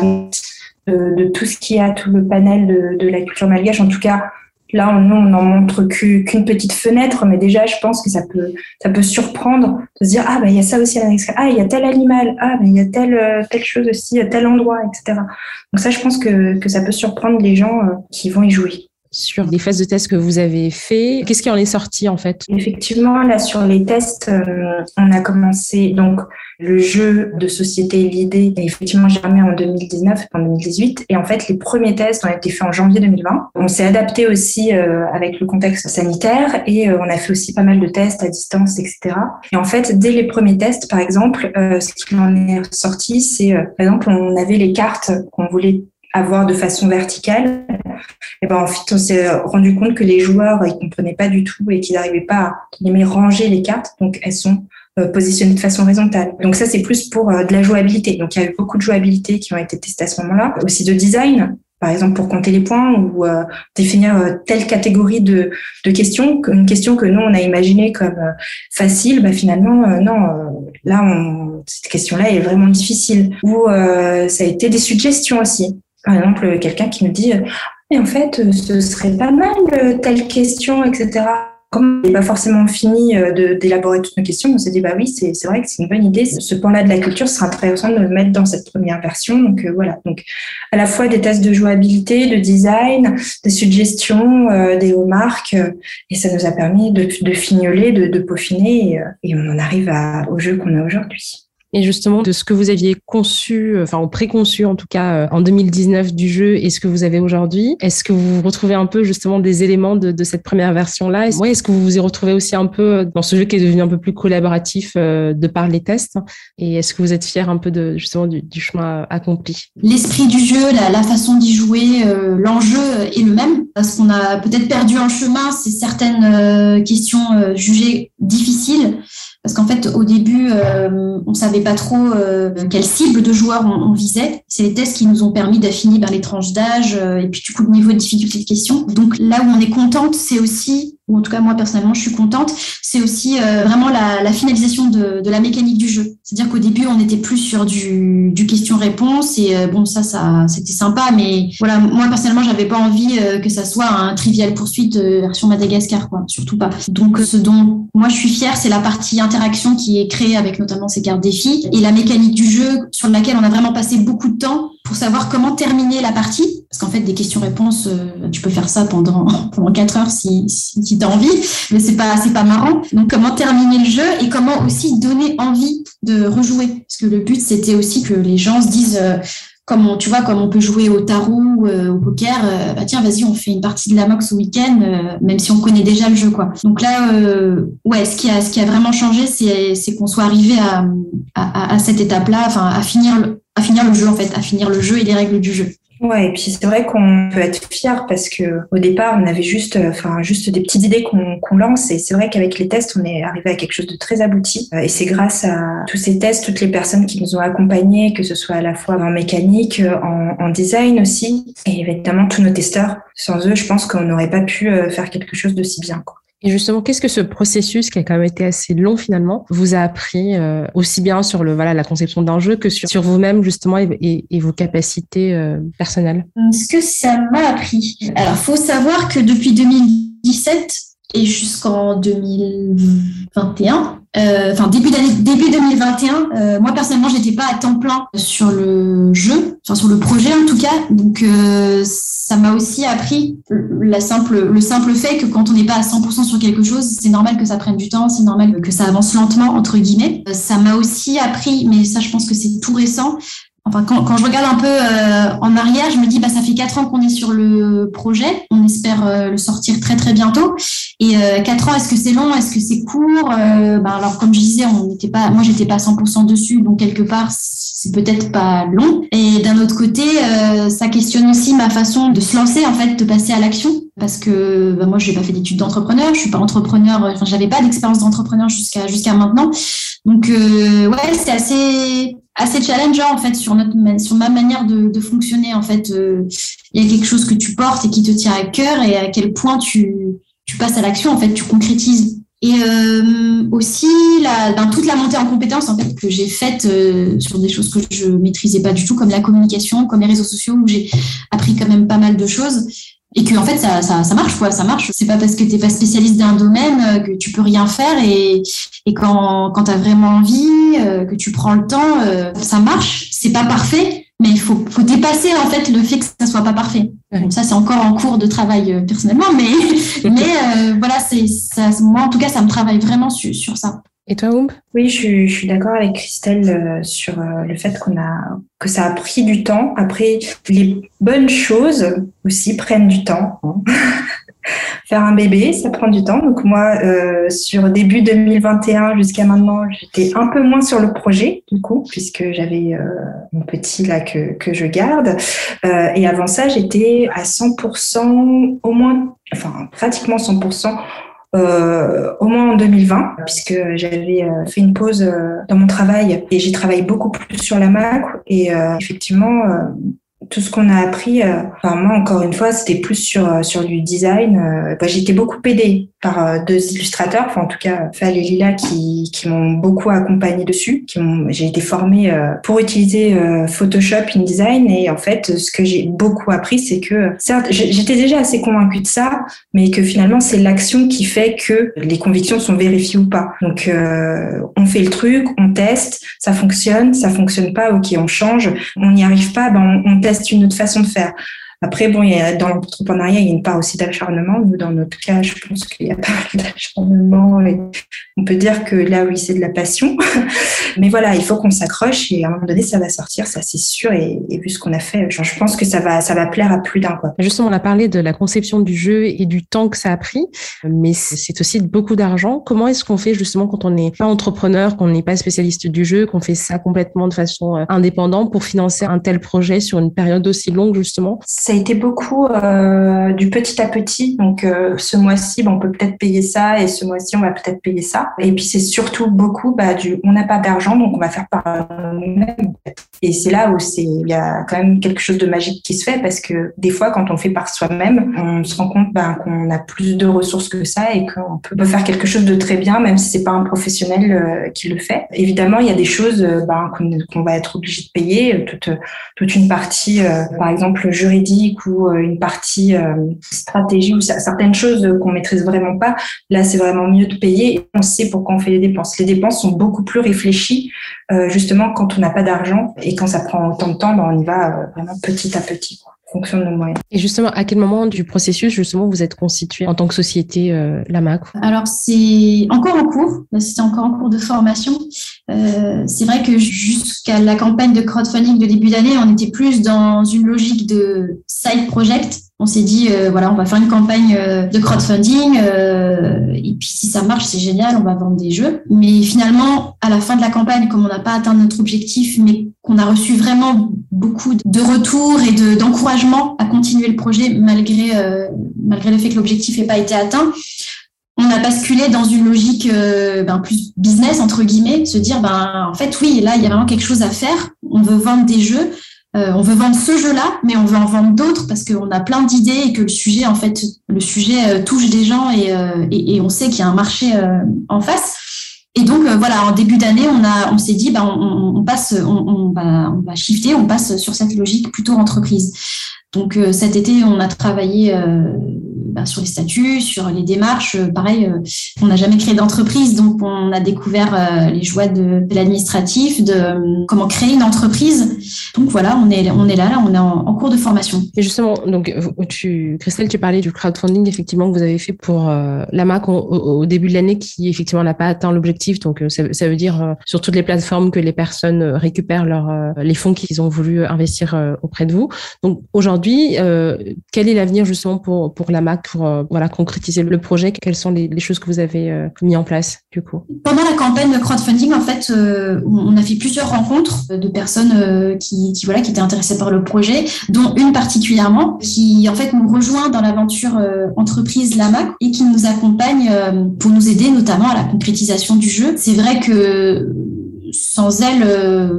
de tout ce qu'il y a, tout le panel de la culture malgache. En tout cas, là, nous, on n'en montre qu'une petite fenêtre, mais déjà, je pense que ça peut surprendre de se dire « Ah, il y a ça aussi à Madagascar. Ah, il y a tel animal. Ah, il y a telle chose aussi, à tel endroit, etc. » Donc ça, je pense que ça peut surprendre les gens qui vont y jouer. Sur les phases de tests que vous avez fait, qu'est-ce qui en est sorti en fait? Effectivement, là sur les tests, on a commencé donc le jeu de société l'idée est effectivement germé en 2019, en 2018, et en fait les premiers tests ont été faits en janvier 2020. On s'est adapté aussi avec le contexte sanitaire et on a fait aussi pas mal de tests à distance, etc. Et en fait, dès les premiers tests, par exemple, ce qui en est sorti, c'est par exemple on avait les cartes qu'on voulait avoir de façon verticale. Et en fait, on s'est rendu compte que les joueurs ils comprenaient pas du tout et qu'ils n'arrivaient pas à ranger les cartes, donc elles sont positionnées de façon horizontale. Donc ça, c'est plus pour de la jouabilité. Donc il y a eu beaucoup de jouabilité qui ont été testées à ce moment-là, aussi de design. Par exemple, pour compter les points ou définir telle catégorie de questions, une question que nous, on a imaginée comme facile, finalement, non, là, cette question-là est vraiment difficile. Ou ça a été des suggestions aussi. Par exemple, quelqu'un qui me dit « Mais en fait, ce serait pas mal telle question, etc. » Comme on n'est pas forcément fini d'élaborer toutes nos questions, on s'est dit « Oui, c'est vrai que c'est une bonne idée. Ce pan-là de la culture, ce sera intéressant de le mettre dans cette première version. » Donc voilà. Donc à la fois des tests de jouabilité, de design, des suggestions, des remarques. Et ça nous a permis de fignoler, de peaufiner. Et on en arrive au jeu qu'on a aujourd'hui. Et justement, de ce que vous aviez conçu, enfin préconçu en tout cas en 2019 du jeu et ce que vous avez aujourd'hui, est-ce que vous retrouvez un peu justement des éléments de cette première version-là? Est-ce que vous vous y retrouvez aussi un peu dans ce jeu qui est devenu un peu plus collaboratif de par les tests? Et est-ce que vous êtes fiers un peu justement du chemin accompli? L'esprit du jeu, la façon d'y jouer, l'enjeu est le même. Ce qu'on a peut-être perdu en chemin, c'est certaines questions jugées difficiles. Parce qu'en fait, au début, on savait pas trop quelle cible de joueurs on visait. C'est les tests qui nous ont permis d'affiner les tranches d'âge et puis du coup le niveau de difficulté de questions. Donc là où on est contente, c'est aussi, ou en tout cas moi personnellement je suis contente, c'est aussi vraiment la finalisation de la mécanique du jeu. C'est-à-dire qu'au début on était plus sur du question-réponse et ça c'était sympa, mais voilà, moi personnellement j'avais pas envie que ça soit un Trivial Pursuit version Madagascar, quoi, surtout pas. Donc ce dont moi je suis fière, c'est la partie interaction qui est créée avec notamment ces cartes défis et la mécanique du jeu sur laquelle on a vraiment passé beaucoup de temps pour savoir comment terminer la partie. Parce qu'en fait, des questions-réponses, tu peux faire ça pendant 4 heures si tu as envie, mais c'est pas marrant. Donc, comment terminer le jeu et comment aussi donner envie de rejouer. Parce que le but, c'était aussi que les gens se disent, comme on peut jouer au tarot ou au poker, tiens, vas-y, on fait une partie de l'Amox au week-end, même si on connaît déjà le jeu, quoi. Donc là, ce qui a vraiment changé, c'est qu'on soit arrivé à cette étape-là, enfin, à finir le jeu, en fait, à finir le jeu et les règles du jeu. Ouais, et puis c'est vrai qu'on peut être fier parce que au départ, on avait juste des petites idées qu'on lance, et c'est vrai qu'avec les tests, on est arrivé à quelque chose de très abouti. Et c'est grâce à tous ces tests, toutes les personnes qui nous ont accompagnés, que ce soit à la fois en mécanique, en design aussi, et évidemment tous nos testeurs. Sans eux, je pense qu'on n'aurait pas pu faire quelque chose d'aussi bien, quoi. Et justement, qu'est-ce que ce processus, qui a quand même été assez long finalement, vous a appris aussi bien sur la conception d'un jeu que sur vous-même justement et vos capacités personnelles? Ce que ça m'a appris. Alors, faut savoir que depuis 2017 et jusqu'en 2021, début 2021, moi personnellement, j'étais pas à temps plein sur le jeu, enfin sur le projet en tout cas. Donc ça m'a aussi appris le simple fait que quand on n'est pas à 100% sur quelque chose, c'est normal que ça prenne du temps, c'est normal que ça avance lentement entre guillemets. Ça m'a aussi appris, mais ça je pense que c'est tout récent. Enfin, quand je regarde un peu en arrière, je me dis, ça fait 4 ans qu'on est sur le projet. On espère le sortir très, très bientôt. Et 4 ans, est-ce que c'est long? Est-ce que c'est court? Alors, comme je disais, moi, j'étais pas à 100% dessus. Donc, quelque part, c'est peut-être pas long. Et d'un autre côté, ça questionne aussi ma façon de se lancer, en fait, de passer à l'action. Parce que moi, je n'ai pas fait d'études d'entrepreneur. Je suis pas entrepreneur. Enfin, j'avais pas d'expérience d'entrepreneur jusqu'à maintenant. Donc, c'est assez challengeant en fait sur ma manière de fonctionner. En fait, il y a quelque chose que tu portes et qui te tient à cœur, et à quel point tu passes à l'action, en fait, tu concrétises. Et aussi toute la montée en compétences en fait que j'ai faite sur des choses que je maîtrisais pas du tout, comme la communication, comme les réseaux sociaux, où j'ai appris quand même pas mal de choses. Et que en fait ça marche, quoi, ça marche. C'est pas parce que t'es pas spécialiste d'un domaine que tu peux rien faire, et quand t'as vraiment envie, que tu prends le temps, ça marche. C'est pas parfait, mais il faut dépasser en fait le fait que ça soit pas parfait. Bon, ça c'est encore en cours de travail personnellement, mais voilà, c'est ça. Moi en tout cas, ça me travaille vraiment sur ça. Et toi, Oumb? Oui, je suis d'accord avec Christelle sur le fait que ça a pris du temps. Après, les bonnes choses aussi prennent du temps. Faire un bébé, ça prend du temps. Donc moi, sur début 2021 jusqu'à maintenant, j'étais un peu moins sur le projet, du coup, puisque j'avais mon petit là que je garde. Et avant ça, j'étais à 100%, au moins, enfin pratiquement 100%, au moins en 2020, puisque j'avais fait une pause dans mon travail, et j'ai travaillé beaucoup plus sur la Mac, et effectivement tout ce qu'on a appris, moi encore une fois, c'était plus sur du design. J'ai été beaucoup aidée par 2 illustrateurs, enfin en tout cas Fal et Lila, qui m'ont beaucoup accompagnée dessus. J'ai été formée pour utiliser Photoshop, InDesign, et en fait ce que j'ai beaucoup appris, c'est que certes j'étais déjà assez convaincue de ça, mais que finalement c'est l'action qui fait que les convictions sont vérifiées ou pas. Donc on fait le truc, on teste, ça fonctionne pas, ok, on change, on n'y arrive pas, on teste une autre façon de faire. Après, bon, dans l'entrepreneuriat, il y a une part aussi d'acharnement. Nous, dans notre cas, je pense qu'il y a pas mal d'acharnement. Et on peut dire que là, oui, c'est de la passion. Mais voilà, il faut qu'on s'accroche et à un moment donné, ça va sortir, ça c'est sûr. Et vu ce qu'on a fait, je pense que ça va plaire à plus d'un, quoi. Justement, on a parlé de la conception du jeu et du temps que ça a pris, mais c'est aussi beaucoup d'argent. Comment est-ce qu'on fait justement quand on n'est pas entrepreneur, qu'on n'est pas spécialiste du jeu, qu'on fait ça complètement de façon indépendante pour financer un tel projet sur une période aussi longue, justement? Ça a été beaucoup du petit à petit. Donc, ce mois-ci, on peut peut-être payer ça et ce mois-ci, on va peut-être payer ça. Et puis, c'est surtout beaucoup on n'a pas d'argent, donc on va faire par nous-mêmes. Et c'est là où il y a quand même quelque chose de magique qui se fait parce que des fois, quand on fait par soi-même, on se rend compte qu'on a plus de ressources que ça et qu'on peut faire quelque chose de très bien, même si c'est pas un professionnel qui le fait. Évidemment, il y a des choses qu'on va être obligé de payer, toute une partie, par exemple juridique ou une partie stratégie ou certaines choses qu'on maîtrise vraiment pas. Là, c'est vraiment mieux de payer et on sait pourquoi on fait les dépenses. Les dépenses sont beaucoup plus réfléchies justement quand on n'a pas d'argent et quand ça prend autant de temps, on y va vraiment petit à petit, quoi, en fonction de nos moyens. Et justement, à quel moment du processus, justement, vous êtes constitué en tant que société Lamac? Alors, c'est encore en cours. C'était encore en cours de formation. C'est vrai que jusqu'à la campagne de crowdfunding de début d'année, on était plus dans une logique de side project. On s'est dit, on va faire une campagne de crowdfunding et puis si ça marche, c'est génial, on va vendre des jeux. Mais finalement, à la fin de la campagne, comme on n'a pas atteint notre objectif, mais qu'on a reçu vraiment beaucoup de retours et d'encouragement à continuer le projet malgré le fait que l'objectif n'ait pas été atteint, on a basculé dans une logique plus business, entre guillemets, se dire, en fait, oui, là, il y a vraiment quelque chose à faire. On veut vendre des jeux. On veut vendre ce jeu-là, mais on veut en vendre d'autres parce qu'on a plein d'idées et que le sujet touche des gens et on sait qu'il y a un marché en face. Et donc en début d'année, on s'est dit on va shifter, on passe sur cette logique plutôt entreprise. Donc cet été, on a travaillé sur les statuts, sur les démarches. Pareil, on n'a jamais créé d'entreprise, donc on a découvert les joies de l'administratif, de comment créer une entreprise. Donc voilà, on est là, on est en cours de formation. Et justement, donc Christelle, tu parlais du crowdfunding effectivement que vous avez fait pour Lamac au début de l'année, qui effectivement n'a pas atteint l'objectif. Donc ça veut dire sur toutes les plateformes que les personnes récupèrent les fonds qu'ils ont voulu investir auprès de vous. Donc aujourd'hui, quel est l'avenir justement pour Lamac, pour concrétiser le projet? Quelles sont les choses que vous avez mis en place du coup? Pendant la campagne de crowdfunding, en fait, on a fait plusieurs rencontres de personnes qui étaient intéressées par le projet, dont une particulièrement qui en fait nous rejoint dans l'aventure entreprise Lamac et qui nous accompagne pour nous aider notamment à la concrétisation du jeu. C'est vrai que sans elle,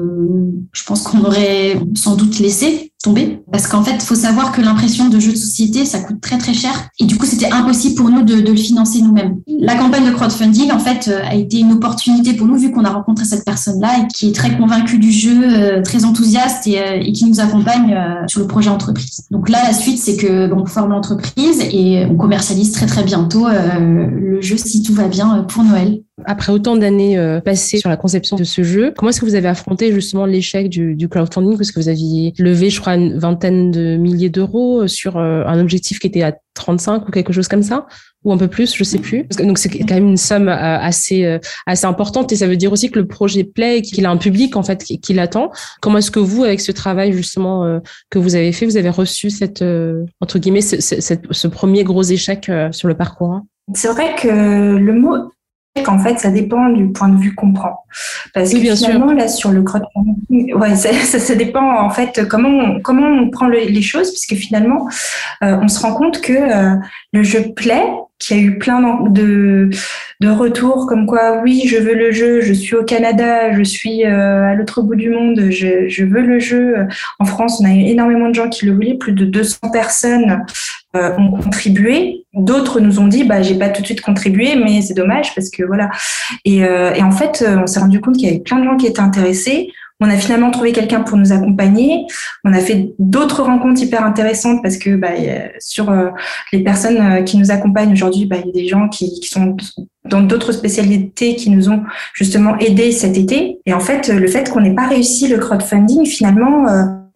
je pense qu'on aurait sans doute laissé tomber, parce qu'en fait, il faut savoir que l'impression de jeux de société, ça coûte très très cher, et du coup, c'était impossible pour nous de le financer nous-mêmes. La campagne de crowdfunding, en fait, a été une opportunité pour nous, vu qu'on a rencontré cette personne-là et qui est très convaincue du jeu, très enthousiaste et qui nous accompagne sur le projet entreprise. Donc là, la suite, c'est que on forme l'entreprise et on commercialise très très bientôt le jeu, si tout va bien, pour Noël. Après autant d'années passées sur la conception de ce jeu, comment est-ce que vous avez affronté justement l'échec du crowdfunding, parce que vous aviez levé, je crois, une vingtaine de milliers d'euros sur un objectif qui était à 35 ou quelque chose comme ça, ou un peu plus, je sais plus. Donc c'est quand même une somme assez importante, et ça veut dire aussi que le projet plaît et qu'il a un public en fait qui l'attend. Comment est-ce que vous, avec ce travail justement que vous avez fait, vous avez reçu cette entre guillemets ce premier gros échec sur le parcours? C'est vrai que le mot qu'en fait, ça dépend du point de vue qu'on prend. Parce que finalement, là, sur le crowdfunding, ça dépend, en fait, comment on prend les choses, puisque finalement, on se rend compte que le jeu plaît, qu'il y a eu plein de retours comme quoi, oui, je veux le jeu, je suis au Canada, je suis à l'autre bout du monde, je veux le jeu. En France, on a eu énormément de gens qui le voulaient, plus de 200 personnes ont contribué. D'autres nous ont dit, j'ai pas tout de suite contribué, mais c'est dommage parce que voilà. Et en fait, on s'est rendu compte qu'il y avait plein de gens qui étaient intéressés. On a finalement trouvé quelqu'un pour nous accompagner. On a fait d'autres rencontres hyper intéressantes parce que sur les personnes qui nous accompagnent aujourd'hui, il y a des gens qui sont dans d'autres spécialités qui nous ont justement aidés cet été. Et en fait, le fait qu'on n'ait pas réussi le crowdfunding, finalement,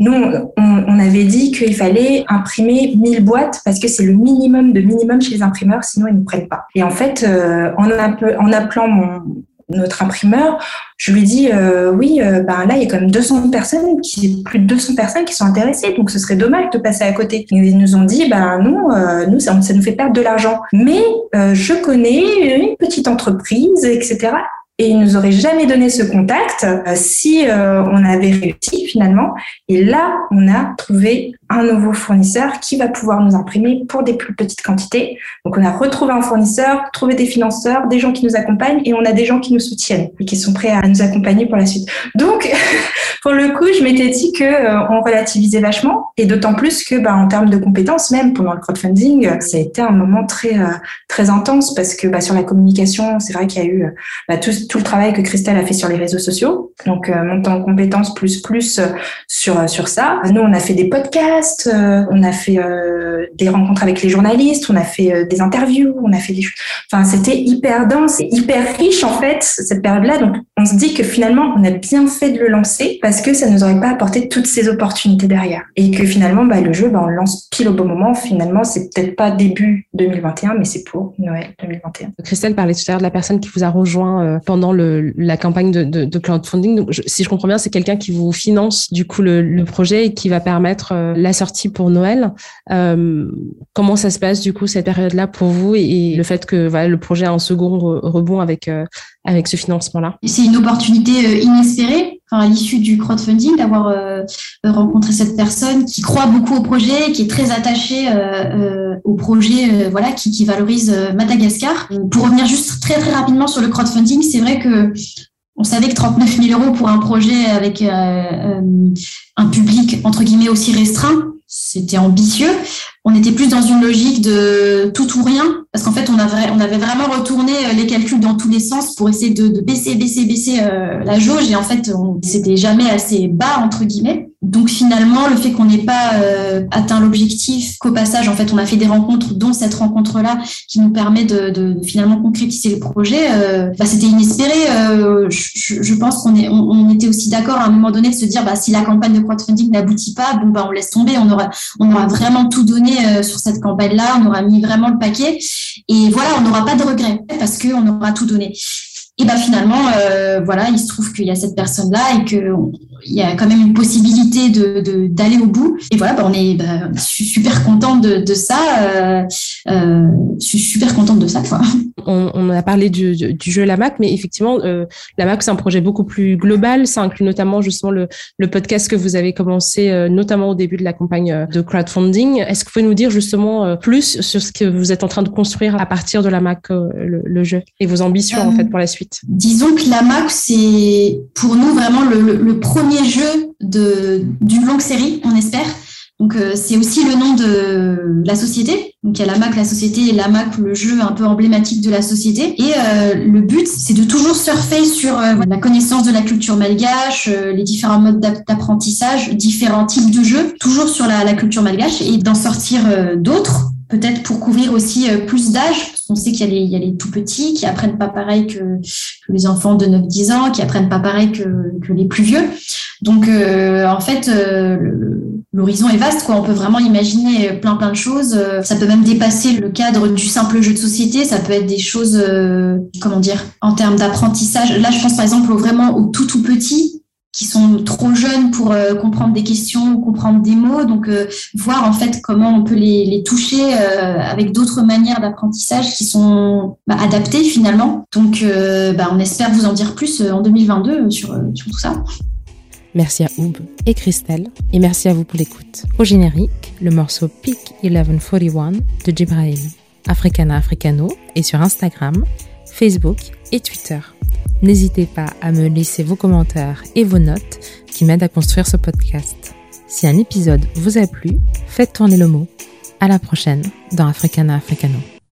Nous, on avait dit qu'il fallait imprimer 1000 boîtes parce que c'est le minimum de minimum chez les imprimeurs, sinon ils ne prennent pas. Et en fait, en appelant notre imprimeur, je lui dis là il y a quand même plus de 200 personnes qui sont intéressées, donc ce serait dommage de passer à côté. Et ils nous ont dit nous ça nous fait perdre de l'argent, mais je connais une petite entreprise, etc. Et ils nous auraient jamais donné ce contact si on avait réussi finalement. Et là, on a trouvé un nouveau fournisseur qui va pouvoir nous imprimer pour des plus petites quantités. Donc, on a retrouvé un fournisseur, trouvé des financeurs, des gens qui nous accompagnent et on a des gens qui nous soutiennent et qui sont prêts à nous accompagner pour la suite. Donc, pour le coup, je m'étais dit on relativisait vachement et d'autant plus que en termes de compétences, même pendant le crowdfunding, ça a été un moment très très intense parce que sur la communication, c'est vrai qu'il y a eu tout le travail que Christelle a fait sur les réseaux sociaux. Donc, montant en compétences plus sur ça. Nous, on a fait des podcasts, on a fait des rencontres avec les journalistes, on a fait des interviews, on a fait c'était hyper dense et hyper riche en fait cette période-là. Donc, on se dit que finalement, on a bien fait de le lancer parce que ça nous aurait pas apporté toutes ces opportunités derrière. Et que finalement, le jeu, on le lance pile au bon moment. Finalement, c'est peut-être pas début 2021, mais c'est pour Noël 2021. Christelle parlait tout à l'heure de la personne qui vous a rejoint pendant la campagne de crowdfunding. Donc, si je comprends bien, c'est quelqu'un qui vous finance du coup le projet et qui va permettre la sortie pour Noël. Comment ça se passe du coup cette période-là pour vous et le fait que le projet a un second rebond avec ce financement-là? C'est une opportunité inespérée à l'issue du crowdfunding d'avoir rencontré cette personne qui croit beaucoup au projet, qui est très attachée au projet qui valorise Madagascar. Pour revenir juste très très rapidement sur le crowdfunding, c'est vrai que on savait que 39 000 € pour un projet avec un public entre guillemets aussi restreint, c'était ambitieux. On était plus dans une logique de tout ou rien, parce qu'en fait, on avait vraiment retourné les calculs dans tous les sens pour essayer de baisser la jauge. Et en fait, c'était jamais assez bas, entre guillemets. Donc finalement, le fait qu'on n'ait pas atteint l'objectif, qu'au passage, en fait, on a fait des rencontres, dont cette rencontre-là, qui nous permet de finalement concrétiser le projet, c'était inespéré. Je pense qu'on était aussi d'accord à un moment donné de se dire, si la campagne de crowdfunding n'aboutit pas, on laisse tomber, on aura vraiment tout donné sur cette campagne-là, on aura mis vraiment le paquet et on n'aura pas de regrets parce qu'on aura tout donné. Et finalement, il se trouve qu'il y a cette personne-là et qu'il y a quand même une possibilité d'aller au bout. Et on est super contente de ça. Je suis super contente de ça, quoi. On a parlé du jeu LAMAC, mais effectivement, LAMAC, c'est un projet beaucoup plus global. Ça inclut notamment justement le podcast que vous avez commencé, notamment au début de la campagne de crowdfunding. Est-ce que vous pouvez nous dire justement plus sur ce que vous êtes en train de construire à partir de LAMAC, le jeu, et vos ambitions en fait pour la suite? Disons que LAMAC, c'est pour nous vraiment le premier jeu d'une longue série, on espère. Donc, c'est aussi le nom de la société. Donc, il y a LAMAC, la société, et LAMAC, le jeu un peu emblématique de la société. Et le but, c'est de toujours surfer sur la connaissance de la culture malgache, les différents modes d'apprentissage, différents types de jeux, toujours sur la culture malgache, et d'en sortir d'autres, peut-être pour couvrir aussi plus d'âge, parce qu'on sait qu'il y a les tout petits qui apprennent pas pareil que les enfants de 9-10 ans, qui apprennent pas pareil que les plus vieux. Donc, en fait, l'horizon est vaste, quoi. On peut vraiment imaginer plein de choses. Ça peut même dépasser le cadre du simple jeu de société. Ça peut être des choses, en termes d'apprentissage. Là, je pense par exemple vraiment aux tout petits qui sont trop jeunes pour comprendre des questions ou comprendre des mots. Donc, voir en fait comment on peut les toucher avec d'autres manières d'apprentissage qui sont adaptées finalement. Donc, on espère vous en dire plus en 2022 sur tout ça. Merci à Oub et Christelle, et merci à vous pour l'écoute. Au générique, le morceau Peak 1141 de Jibrahim. Africana Africano est sur Instagram, Facebook et Twitter. N'hésitez pas à me laisser vos commentaires et vos notes qui m'aident à construire ce podcast. Si un épisode vous a plu, faites tourner le mot. À la prochaine dans Africana Africano.